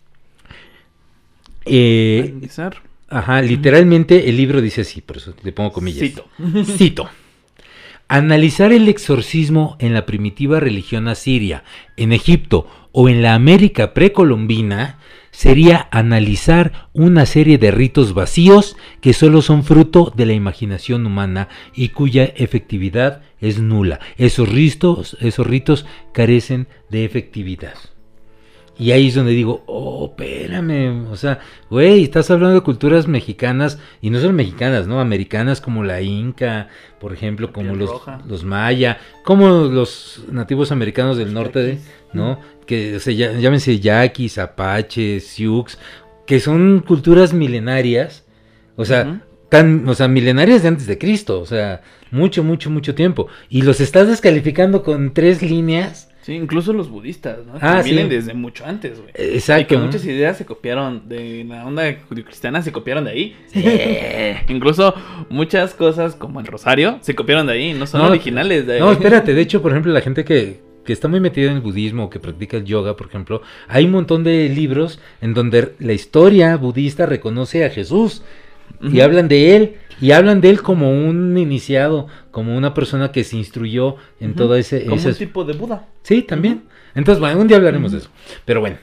eh, ajá, literalmente el libro dice así, por eso le pongo comillas. Cito. Cito. Analizar el exorcismo en la primitiva religión asiria, en Egipto o en la América precolombina sería analizar una serie de ritos vacíos que solo son fruto de la imaginación humana y cuya efectividad es nula. Esos ritos, esos ritos carecen de efectividad. Y ahí es donde digo, oh, espérame, o sea, güey, estás hablando de culturas mexicanas, y no solo mexicanas, ¿no? Americanas como la Inca, por ejemplo, como los, los maya, como los nativos americanos del norte, de, ¿no? Que, o sea, ya, llámense yaquis, apaches, sioux, que son culturas milenarias, o sea, uh-huh. tan, o sea, milenarias de antes de Cristo, o sea, mucho, mucho, mucho tiempo, y los estás descalificando con tres líneas. Sí, incluso los budistas, ¿no? Que ah, vienen sí. desde mucho antes, güey. Exacto. Y que muchas ideas se copiaron de la onda judio-cristiana, se copiaron de ahí. Sí. Incluso muchas cosas como el rosario se copiaron de ahí, no son no, originales de ahí. No, espérate, de hecho, por ejemplo, la gente que, que está muy metida en el budismo o que practica el yoga, por ejemplo, hay un montón de libros en donde la historia budista reconoce a Jesús. Uh-huh. Y hablan de él, y hablan de él como un iniciado, como una persona que se instruyó en uh-huh. todo ese... Como ese... un tipo de Buda. Sí, también. Uh-huh. Entonces, bueno, un día hablaremos uh-huh. de eso. Pero bueno,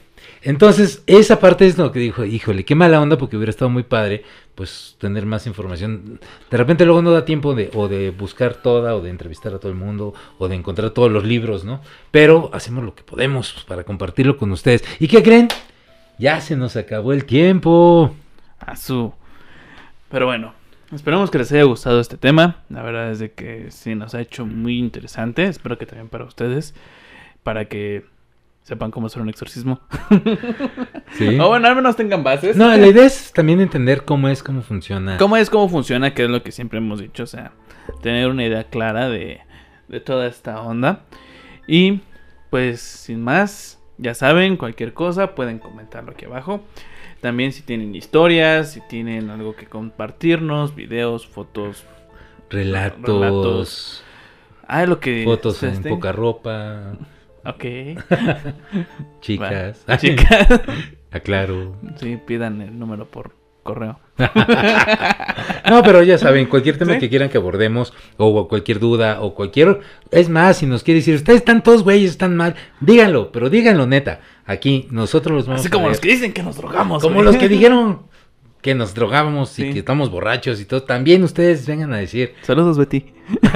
Entonces, esa parte es lo que dijo, híjole, qué mala onda, porque hubiera estado muy padre, pues, tener más información. De repente luego no da tiempo de, o de buscar toda, o de entrevistar a todo el mundo, o de encontrar todos los libros, ¿no? Pero hacemos lo que podemos pues, para compartirlo con ustedes. ¿Y qué creen? Ya se nos acabó el tiempo. A su... Pero bueno, esperamos que les haya gustado este tema. La verdad es de que sí nos ha hecho muy interesante. Espero que también para ustedes, para que sepan cómo hacer un exorcismo. Sí. O bueno, al menos tengan bases. No, la idea es también entender cómo es, cómo funciona. ¿Cómo es, cómo funciona? Que es lo que siempre hemos dicho. O sea, tener una idea clara de, de toda esta onda. Y pues, sin más, ya saben, cualquier cosa pueden comentarlo aquí abajo. También si tienen historias, si tienen algo que compartirnos, videos, fotos, Relatos, relatos. Ah, lo que... fotos en este. poca ropa, Ok. chicas. Va, chicas. Aclaro. Sí, pidan el número por correo. No, pero ya saben, cualquier tema ¿Sí? que quieran que abordemos, o cualquier duda, o cualquier... Es más, si nos quiere decir, ustedes están todos güeyes, están mal, díganlo, pero díganlo neta. Aquí nosotros los vamos Así a como ver. los que dicen que nos drogamos. Como güey. los que dijeron que nos drogábamos Sí. y que estamos borrachos y todo. También ustedes vengan a decir. Saludos, Betty.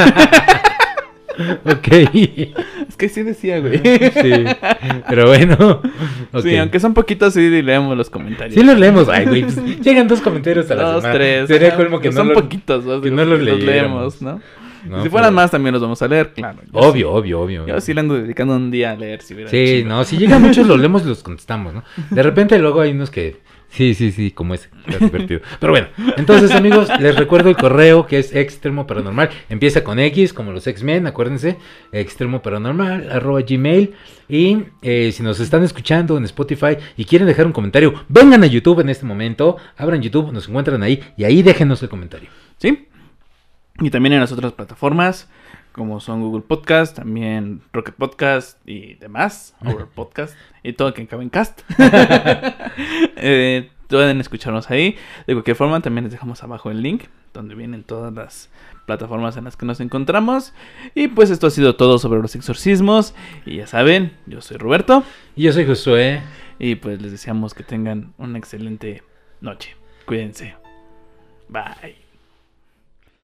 Ok. Es que sí decía, güey. Sí. Pero bueno. Ok. Sí, aunque son poquitos, sí leemos los comentarios. Sí los leemos. Ay, güey. Pues, llegan dos comentarios a la Dos, semana. tres. Sería ajá, colmo que pues no son los... poquitos, ¿no? que no los leemos, leyéramos. ¿no? No, si fueran pero- más, también los vamos a leer, claro. Yo Obvio, sí- obvio, obvio. Yo sí le ando dedicando un día a leer, si hubiera Sí, chido. no, si llegan muchos los leemos y los contestamos, ¿no? De repente luego hay unos que... Sí, sí, sí, como ese, es divertido. Pero bueno, entonces amigos, les recuerdo el correo que es Extremo Paranormal. Empieza con X, como los X-Men, acuérdense. Extremo Paranormal, arroba Gmail. Y eh, si nos están escuchando en Spotify y quieren dejar un comentario, vengan a YouTube en este momento. Abran YouTube, nos encuentran ahí y ahí déjenos el comentario. ¿Sí? Y también en las otras plataformas, como son Google Podcast, también Rocket Podcast y demás, Google Podcast y todo que acabe en cast. eh, pueden escucharnos ahí. De cualquier forma, también les dejamos abajo el link donde vienen todas las plataformas en las que nos encontramos. Y pues esto ha sido todo sobre los exorcismos. Y ya saben, yo soy Roberto. Y yo soy Josué. Y pues les deseamos que tengan una excelente noche. Cuídense. Bye.